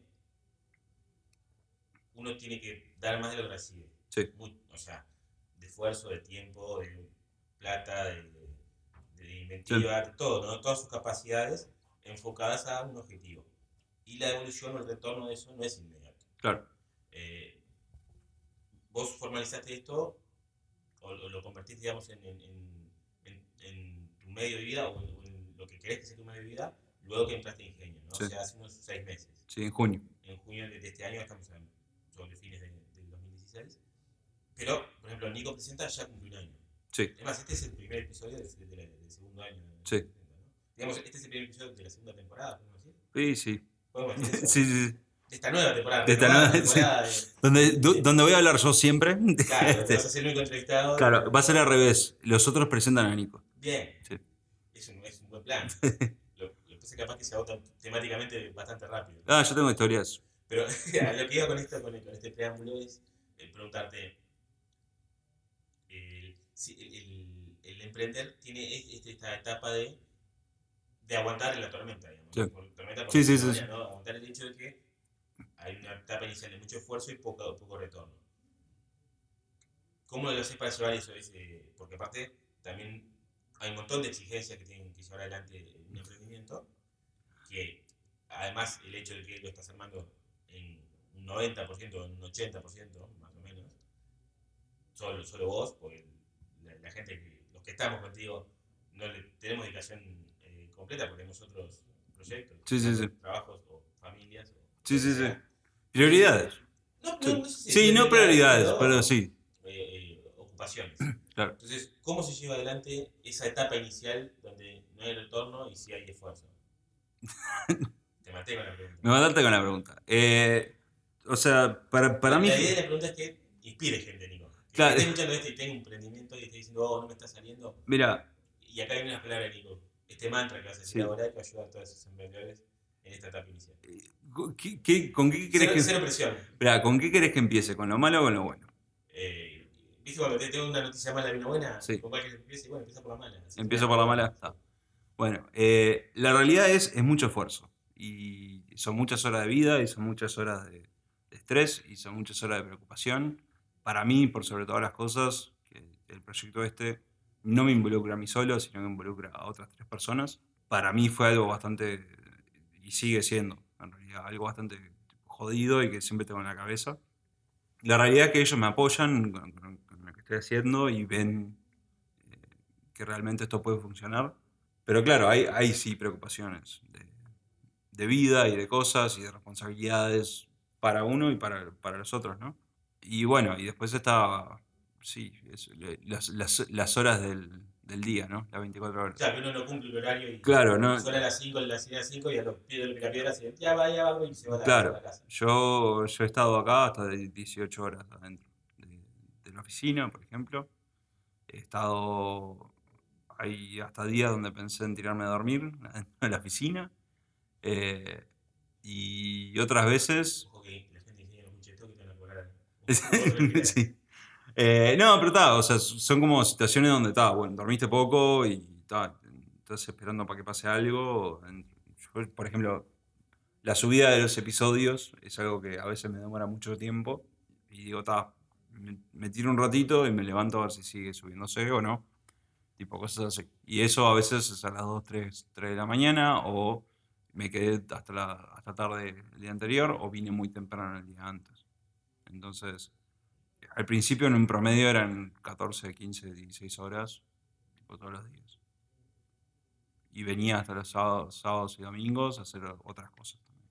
uno tiene que dar más de lo que recibe. Sí. Muy, o sea, de esfuerzo, de tiempo, de plata, de, de, de inventiva, Sí. de todo, ¿no? Todas sus capacidades enfocadas a un objetivo. Y la evolución o el retorno de eso no es inmediato. Claro. Eh, vos formalizaste esto o, o lo convertiste, digamos, en, en, en, en, tu medio de vida o en, o en lo que querés que sea tu medio de vida luego que entraste en Ingenio, ¿no? Sí. O sea, hace unos seis meses. Sí, en junio. En junio de este año, estamos en, sobre fines de, del dos mil dieciséis. Pero, por ejemplo, Nico Presenta ya cumplió un año. Sí. Además, este es el primer episodio del, del, del, del segundo año. De sí. Presenta, ¿no? Digamos, este es el primer episodio de la segunda temporada, ¿podemos decir? Sí, sí. ¿Podemos decir eso? Sí, sí, sí. De esta nueva temporada. De esta nueva temporada sí. de, donde, de, do, donde voy a hablar yo siempre. Claro, este, vas a ser el único entrevistado. Claro, va a ser al revés. Los otros presentan a Nico. Bien. Sí. Es, un, es un buen plan. lo, lo que pasa es capaz que se agota temáticamente bastante rápido. Ah, yo tengo historias. Pero a lo que iba con esto, con, con este preámbulo, es eh, preguntarte. El, el, el emprender tiene esta etapa de, de aguantar en la tormenta, digamos. Sí. Por, tormenta por sí, sí, manera, sí. ¿no? Aguantar el hecho de que hay una etapa inicial de mucho esfuerzo y poco, poco retorno. ¿Cómo lo haces para llevar eso? Es, eh, porque aparte también hay un montón de exigencias que tienen que llevar adelante un emprendimiento, que además el hecho de que lo estás armando en un noventa por ciento o en un ochenta por ciento más o menos, solo, solo vos, porque la, la gente, que, los que estamos contigo, no le tenemos dedicación eh, completa porque tenemos otros proyectos, sí, sí, sí. trabajos o familias. O sí, sí, sí. Prioridades. No, no, sí, no sé si sí no prioridades, pero, pero sí. Eh, eh, ocupaciones. Claro. Entonces, ¿cómo se lleva adelante esa etapa inicial donde no hay retorno y sí hay esfuerzo? Te maté con la pregunta. Me mataste con la pregunta. Eh, o sea, para, para la mí... La idea de la pregunta es que inspire gente, Nico. Que claro. esté escuchando esto y tenga un emprendimiento y esté diciendo, oh, no me está saliendo. Mira. Y acá hay unas palabras, Nico. Este mantra que vas a decir sí. ahora que va a ayudar a todos esos emprendedores en esta etapa inicial. ¿Qué, qué, ¿Con qué querés cero, que... Cero presión. Mira, ¿con qué querés que empiece? ¿Con lo malo o con lo bueno? Eh, ¿Viste cuando te tengo una noticia mala y una buena? Sí. ¿Con cuál que empiece? Bueno, empieza por la mala. Empiezo por la mala. Ah. Bueno, eh, la realidad es, es mucho esfuerzo. Y son muchas horas de vida y son muchas horas de, de estrés y son muchas horas de preocupación. Para mí, por sobre todas las cosas, que el proyecto este no me involucra a mí solo, sino que involucra a otras tres personas. Para mí fue algo bastante, y sigue siendo, en realidad, algo bastante jodido y que siempre tengo en la cabeza. La realidad es que ellos me apoyan con, con, con lo que estoy haciendo y ven eh, que realmente esto puede funcionar. Pero claro, hay, hay sí preocupaciones de, de vida y de cosas y de responsabilidades para uno y para, para los otros, ¿no? Y bueno, y después está, sí, es, las, las, las horas del, del día, ¿no? Las veinticuatro horas. O sea, que uno no cumple el horario y claro, no, son a las cinco, a las cinco y a los pies del picapiedra y ya va, ya va y se va a la, claro, a la casa. Yo, yo he estado acá hasta de dieciocho horas adentro de, de la oficina, por ejemplo. He estado... Hay hasta días donde pensé en tirarme a dormir en la oficina. Eh, y otras veces... Ojo que la gente ingenio escuche esto que te van a cobrar. sí. Eh, no, pero está, o sea, son como situaciones donde está, bueno, dormiste poco y está, estás esperando para que pase algo. Yo, por ejemplo, la subida de los episodios es algo que a veces me demora mucho tiempo. Y digo, ta, me, me tiro un ratito y me levanto a ver si sigue subiéndose o no. Tipo cosas así. Y eso a veces es a las dos, tres, tres de la mañana, o me quedé hasta, la, hasta tarde el día anterior, o vine muy temprano el día antes. Entonces, al principio en un promedio eran catorce, quince, dieciséis horas, tipo todos los días. Y venía hasta los sábados, sábados y domingos a hacer otras cosas también.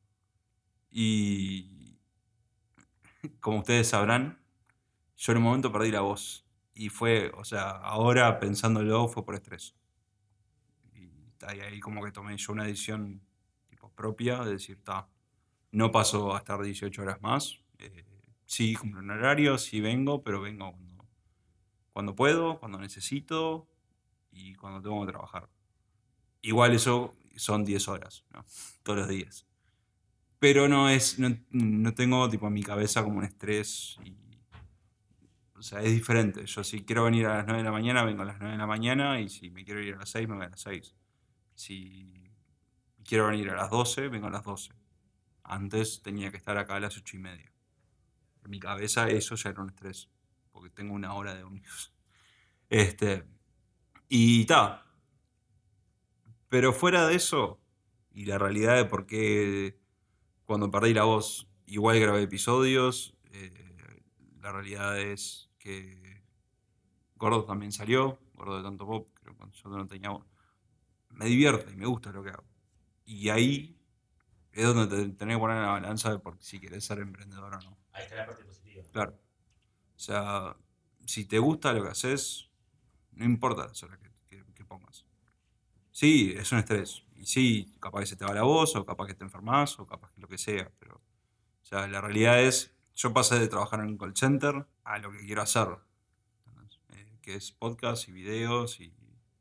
Y como ustedes sabrán, yo en un momento perdí la voz. Y fue, o sea, ahora pensándolo, fue por estrés. Y ahí, ahí como que tomé yo una decisión tipo propia de decir, ta, no paso a estar dieciocho horas más. Eh, sí, cumplo un horario, sí vengo, pero vengo cuando, cuando puedo, cuando necesito y cuando tengo que trabajar. Igual eso son diez horas, ¿no? Todos los días. Pero no es, no, no tengo tipo en mi cabeza como un estrés y, o sea, es diferente. Yo si quiero venir a las nueve de la mañana, vengo a las nueve de la mañana, y si me quiero ir a las seis, me voy a las seis. Si quiero venir a las doce, vengo a las doce. Antes tenía que estar acá a las ocho y media. En mi cabeza eso ya era un estrés, porque tengo una hora de ómnibus. Este, y ta. Pero fuera de eso, y la realidad de por qué cuando perdí la voz igual grabé episodios, eh, la realidad es que Gordo también salió, Gordo de Tanto Pop, creo, cuando yo no tenía voz. Me divierte y me gusta lo que hago. Y ahí es donde te tenés que poner en la balanza de por si querés ser emprendedor o no. Ahí está la parte positiva. Claro. O sea, si te gusta lo que haces, no importa las horas que, que, que pongas. Sí, es un estrés. Y sí, capaz que se te va la voz, o capaz que te enfermas, o capaz que lo que sea. Pero, o sea, la realidad es, yo pasé de trabajar en un call center a lo que quiero hacer. Eh, que es podcast y videos y,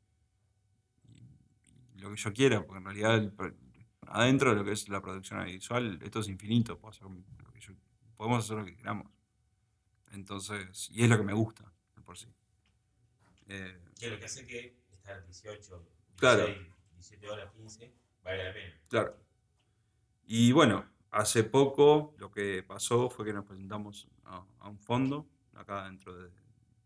y, y lo que yo quiera, porque en realidad el, adentro de lo que es la producción audiovisual, esto es infinito. Puedo hacer lo que yo, podemos hacer lo que queramos. Entonces, y es lo que me gusta, por sí. Eh, que lo que hace que estar dieciocho, dieciséis, claro. diecisiete horas, quince, valga la pena. Claro. Y bueno, hace poco lo que pasó fue que nos presentamos a, a un fondo, acá dentro de,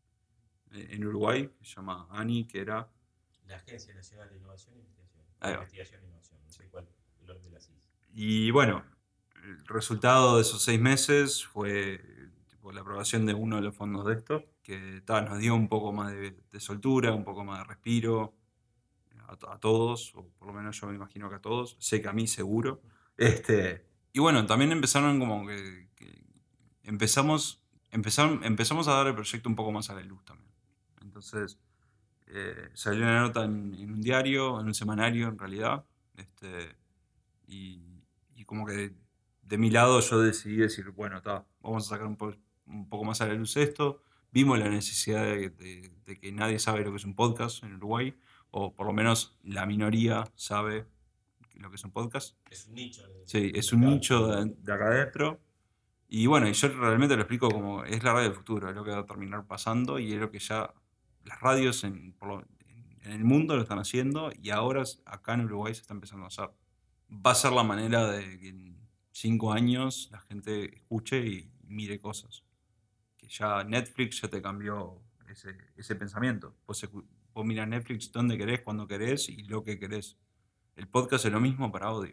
en Uruguay, que se llama ANI, que era... La Agencia Nacional de Innovación e Investigación. Ah, Investigación e Innovación, no sé cuál, el orden de las I S. Y bueno, el resultado de esos seis meses fue tipo, la aprobación de uno de los fondos de estos, que ta, nos dio un poco más de, de soltura, un poco más de respiro a, a todos, o por lo menos yo me imagino que a todos, sé que a mí seguro. Este, y bueno, también empezaron como que, que empezamos, empezaron, empezamos a dar el proyecto un poco más a la luz también. Entonces, eh, salió una nota en, en un diario, en un semanario en realidad, este, y, y como que de, de mi lado yo decidí decir, bueno, ta, vamos a sacar un, po un poco más a la luz esto. Vimos la necesidad de, de, de que nadie sabe lo que es un podcast en Uruguay, o por lo menos la minoría sabe lo que es un podcast. Es un nicho. De, sí, es un nicho de, de acá adentro. Y bueno, y yo realmente lo explico como es la radio del futuro, es lo que va a terminar pasando y es lo que ya las radios en, por lo, en el mundo lo están haciendo y ahora acá en Uruguay se está empezando a hacer. Va a ser la manera de que en cinco años la gente escuche y mire cosas. Que ya Netflix ya te cambió ese, ese pensamiento. Vos, vos mirás Netflix donde querés, cuando querés y lo que querés. El podcast es lo mismo para audio.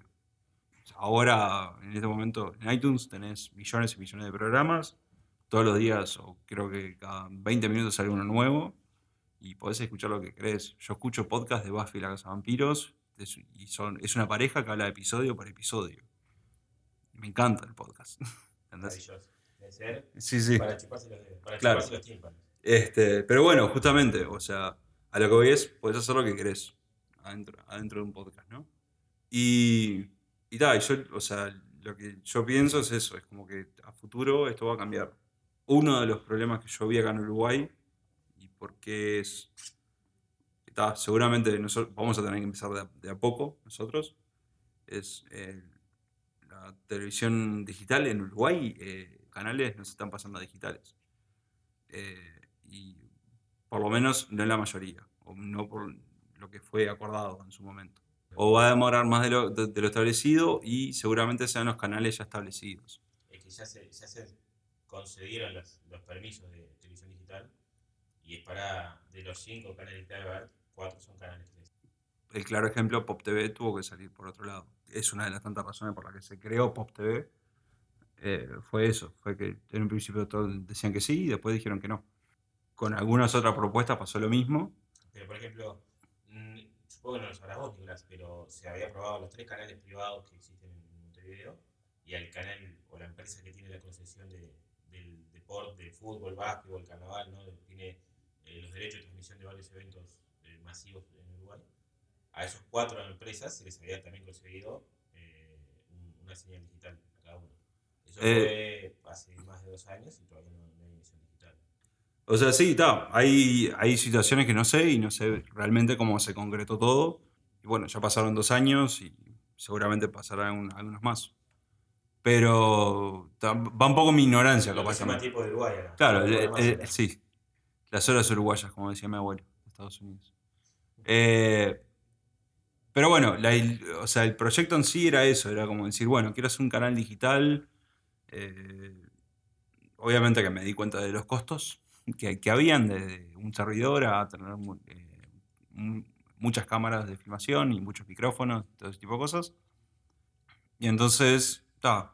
Ahora, en este momento, en iTunes tenés millones y millones de programas. Todos los días, o creo que cada veinte minutos sale uno nuevo. Y podés escuchar lo que querés. Yo escucho podcast de Buffy la Casa de Vampiros. Es, y son, es una pareja que habla episodio por episodio. Me encanta el podcast. Maravilloso. De ser sí, sí. Para chuparse los dedos. Para claro. chuparse los tímpanos. Este, pero bueno, justamente, o sea, a lo que voy es, podés hacer lo que querés adentro, adentro de un podcast, ¿no? Y, y tal, yo, o sea, lo que yo pienso es eso, es como que a futuro esto va a cambiar. Uno de los problemas que yo vi acá en Uruguay, y porque es, ta, seguramente nosotros vamos a tener que empezar de a, de a poco nosotros, es eh, la televisión digital en Uruguay, eh, canales no se están pasando a digitales. Eh, y por lo menos no en la mayoría, o no por lo que fue acordado en su momento. O va a demorar más de lo, de, de lo establecido y seguramente sean los canales ya establecidos. Es que ya se, ya se concedieron los, los permisos de televisión digital y es para, de los cinco canales que hay, cuatro son canales tres. El claro ejemplo, Pop T V tuvo que salir por otro lado. Es una de las tantas razones por las que se creó Pop T V. Eh, fue eso, fue que en un principio todos decían que sí y después dijeron que no. Con algunas otras propuestas pasó lo mismo. Pero por ejemplo, mmm, supongo que no lo sabrás vos, Nicolás, pero se había probado los tres canales privados que existen en Montevideo y al canal o la empresa que tiene la concesión de, del deporte, de fútbol, básquetbol, carnaval, ¿no? Tiene eh, los derechos de transmisión de varios eventos eh, masivos en Uruguay. A esos cuatro empresas se les había también conseguido eh, una señal digital a cada uno. Eso eh, fue hace más de dos años y todavía no, no hay emisión digital. O sea, sí, está. Hay, hay situaciones que no sé y no sé realmente cómo se concretó todo. Y bueno, ya pasaron dos años y seguramente pasarán un, algunos más. Pero ta, va un poco mi ignorancia, lo capaz. Que se llama tiempo de Uruguay, ¿no? Claro, el, el, el, sí. Las horas uruguayas, como decía mi abuelo, de Estados Unidos. Eh, pero bueno, la, o sea, el proyecto en sí era eso, era como decir, bueno, quiero hacer un canal digital. Eh, obviamente que me di cuenta de los costos que, que habían de un servidor a tener eh, muchas cámaras de filmación y muchos micrófonos, todo ese tipo de cosas. Y entonces, ta,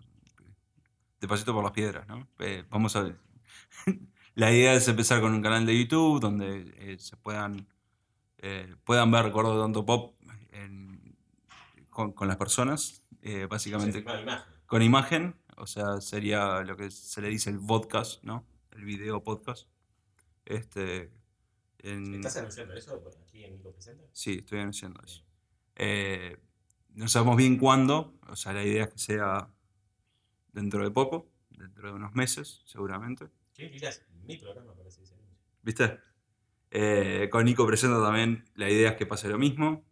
de pasito por las piedras, ¿no? Eh, vamos a ver. La idea es empezar con un canal de YouTube donde eh, se puedan, eh, puedan ver Gordo Tonto Pop en, con, con las personas, eh, básicamente imagen. con imagen, o sea, sería lo que se le dice el podcast, ¿no? El video podcast. Este, en... ¿Estás anunciando eso aquí en Nico Presenta? Sí, estoy anunciando eso. Eh, no sabemos bien cuándo, o sea, la idea es que sea dentro de poco, dentro de unos meses, seguramente. ¿Qué dirás? Mi programa parece ese anuncio. ¿Viste? Eh, con Nico Presenta también la idea es que pase lo mismo.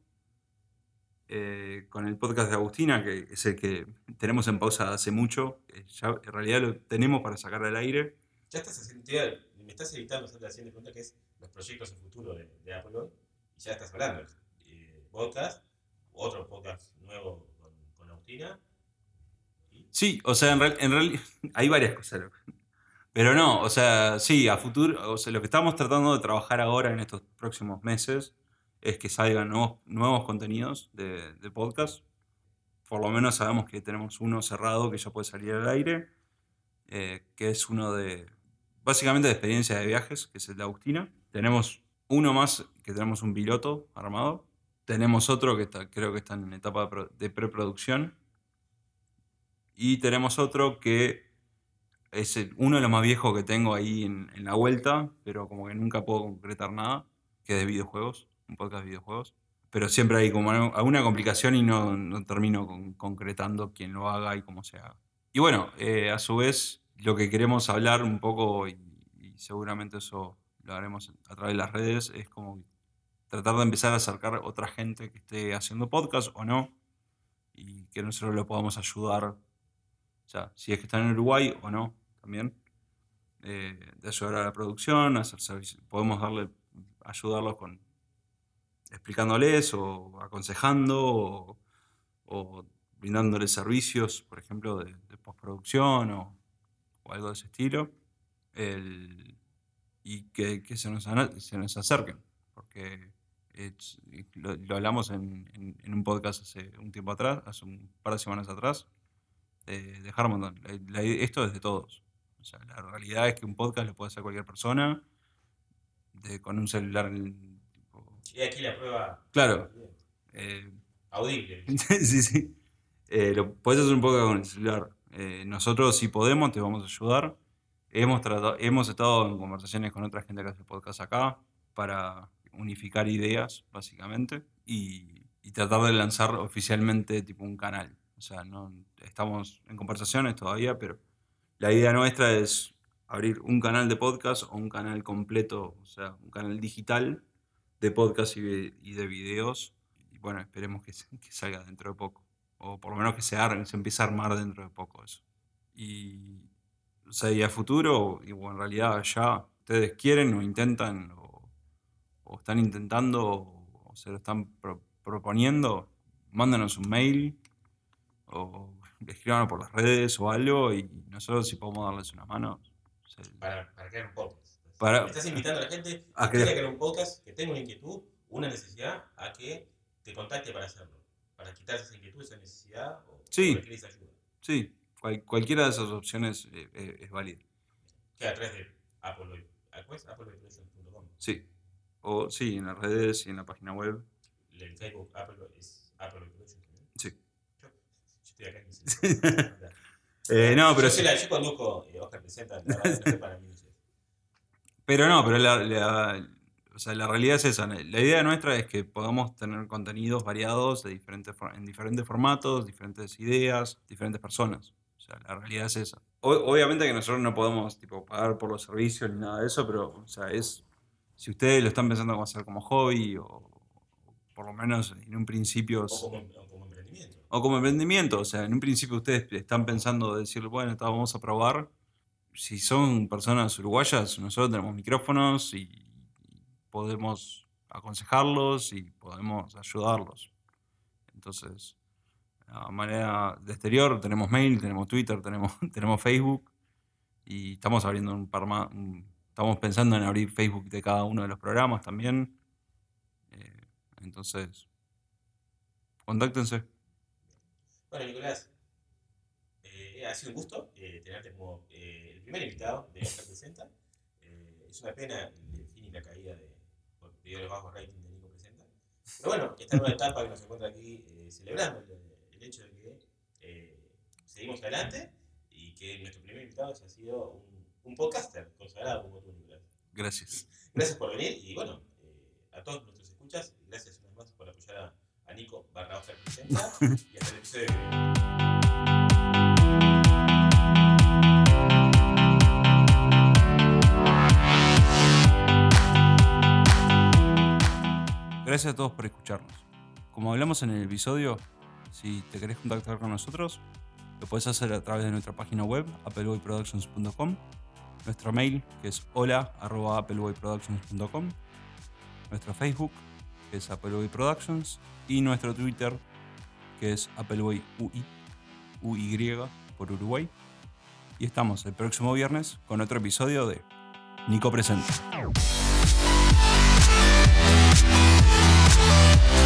Eh, con el podcast de Agustina, que es el que tenemos en pausa hace mucho, eh, ya en realidad lo tenemos para sacar al aire. Ya estás haciendo, me estás evitando hacerte la siguiente pregunta, que es los proyectos en futuro de, de Apple hoy, y ya estás hablando. Eh, podcast, otro podcast nuevo con, con Agustina. ¿Y? Sí, o sea, en realidad en real, hay varias cosas. Pero no, o sea, sí, a futuro, o sea, lo que estamos tratando de trabajar ahora en estos próximos meses es que salgan nuevos, nuevos contenidos de, de podcast. Por lo menos sabemos que tenemos uno cerrado que ya puede salir al aire, eh, que es uno de, básicamente de experiencia de viajes, que es el de Agustina. Tenemos uno más, que tenemos un piloto armado. Tenemos otro que está, creo que está en etapa de, de preproducción. Y tenemos otro que es uno de los más viejos que tengo ahí en, en la vuelta, pero como que nunca puedo concretar nada, que es de videojuegos, un podcast de videojuegos. Pero siempre hay como alguna complicación y no, no termino con, concretando quién lo haga y cómo se haga. Y bueno, eh, a su vez, lo que queremos hablar un poco, y, y seguramente eso lo haremos a través de las redes, es como tratar de empezar a acercar a otra gente que esté haciendo podcast o no, y que nosotros lo podamos ayudar, o sea, si es que están en Uruguay o no, también, eh, de ayudar a la producción, hacer servicios. Podemos darle, ayudarlos con explicándoles o aconsejando o, o brindándoles servicios, por ejemplo, de, de postproducción o, o algo de ese estilo, el, y que, que se, nos, se nos acerquen, porque es, lo, lo hablamos en, en, en un podcast hace un tiempo atrás, hace un par de semanas atrás, de, de Harmondon. La, la, esto es de todos. O sea, la realidad es que un podcast lo puede hacer cualquier persona de, con un celular. Tipo, y aquí la prueba. Claro. Eh, Audible. sí, sí. Eh, lo puedes hacer un podcast con el celular. Eh, nosotros, si podemos, te vamos a ayudar. Hemos, tratado, hemos estado en conversaciones con otra gente que hace podcast acá para unificar ideas, básicamente, y, y tratar de lanzar oficialmente tipo un canal. O sea, no estamos en conversaciones todavía, pero la idea nuestra es abrir un canal de podcast o un canal completo, o sea, un canal digital de podcast y, y de videos. Y bueno, esperemos que, que salga dentro de poco. O por lo menos que se, arme, se empiece a armar dentro de poco eso. Y, o sea, y a futuro, y bueno, en realidad ya ustedes quieren o intentan o, o están intentando o, o se lo están pro- proponiendo, mándanos un mail o escríbanos por las redes o algo y nosotros si podemos darles una mano. Se... Para, para crear un podcast. Para... Le estás invitando a la gente a que quiera crear un podcast, que tenga una inquietud, una necesidad, a que te contacte para hacerlo. Para quitarse esa inquietud, esa necesidad o, sí. o requieres ayuda. Sí, cual, cualquiera de esas opciones eh, eh, es válida. Que a través de Apple, apple productions punto com. Sí, o sí, en las redes y en la página web. El Facebook Apple es Apple Productions. Sí. Yo, yo estoy acá en mi eh, No, pero yo, sí. La, yo conduzco, eh, Oscar presenta, la verdad no es para mí. Pero no, pero la, la, o sea, la realidad es esa. La idea nuestra es que podamos tener contenidos variados de diferentes, en diferentes formatos, diferentes ideas, diferentes personas. O sea, la realidad es esa. O, obviamente que nosotros no podemos tipo, pagar por los servicios ni nada de eso, pero o sea, es, si ustedes lo están pensando como hacer como hobby o por lo menos en un principio... O como, o como emprendimiento. O como emprendimiento. O sea, en un principio ustedes están pensando decir, bueno, vamos a probar. Si son personas uruguayas, nosotros tenemos micrófonos y podemos aconsejarlos y podemos ayudarlos. Entonces, de manera de exterior, tenemos mail, tenemos Twitter, tenemos, tenemos Facebook y estamos abriendo un par más. Un, estamos pensando en abrir Facebook de cada uno de los programas también. Eh, entonces, contáctense. Bueno, Nicolás, eh, ha sido un gusto eh, tenerte como eh, el primer invitado de Oscar Presenta. Eh, es una pena el fin y la caída de, de los bajos ratings de Nico Presenta. Pero bueno, esta nueva etapa que nos encuentra aquí eh, celebrando el, el hecho de que eh, seguimos adelante y que nuestro primer invitado haya sido un, un podcaster consagrado como tú, Nicolás. Gracias. Gracias por venir y bueno, eh, a todos nuestros escuchas, gracias una vez más por apoyar a, a Nico barra Oscar Presenta y hasta el episodio que viene. Gracias a todos por escucharnos. Como hablamos en el episodio, si te querés contactar con nosotros, lo puedes hacer a través de nuestra página web, appleboy productions punto com, nuestro mail, que es hola arroba appleboy productions punto com, nuestro Facebook, que es Appleboy Productions, y nuestro Twitter, que es appleboy U I, U Y por Uruguay. Y estamos el próximo viernes con otro episodio de Nico Presenta.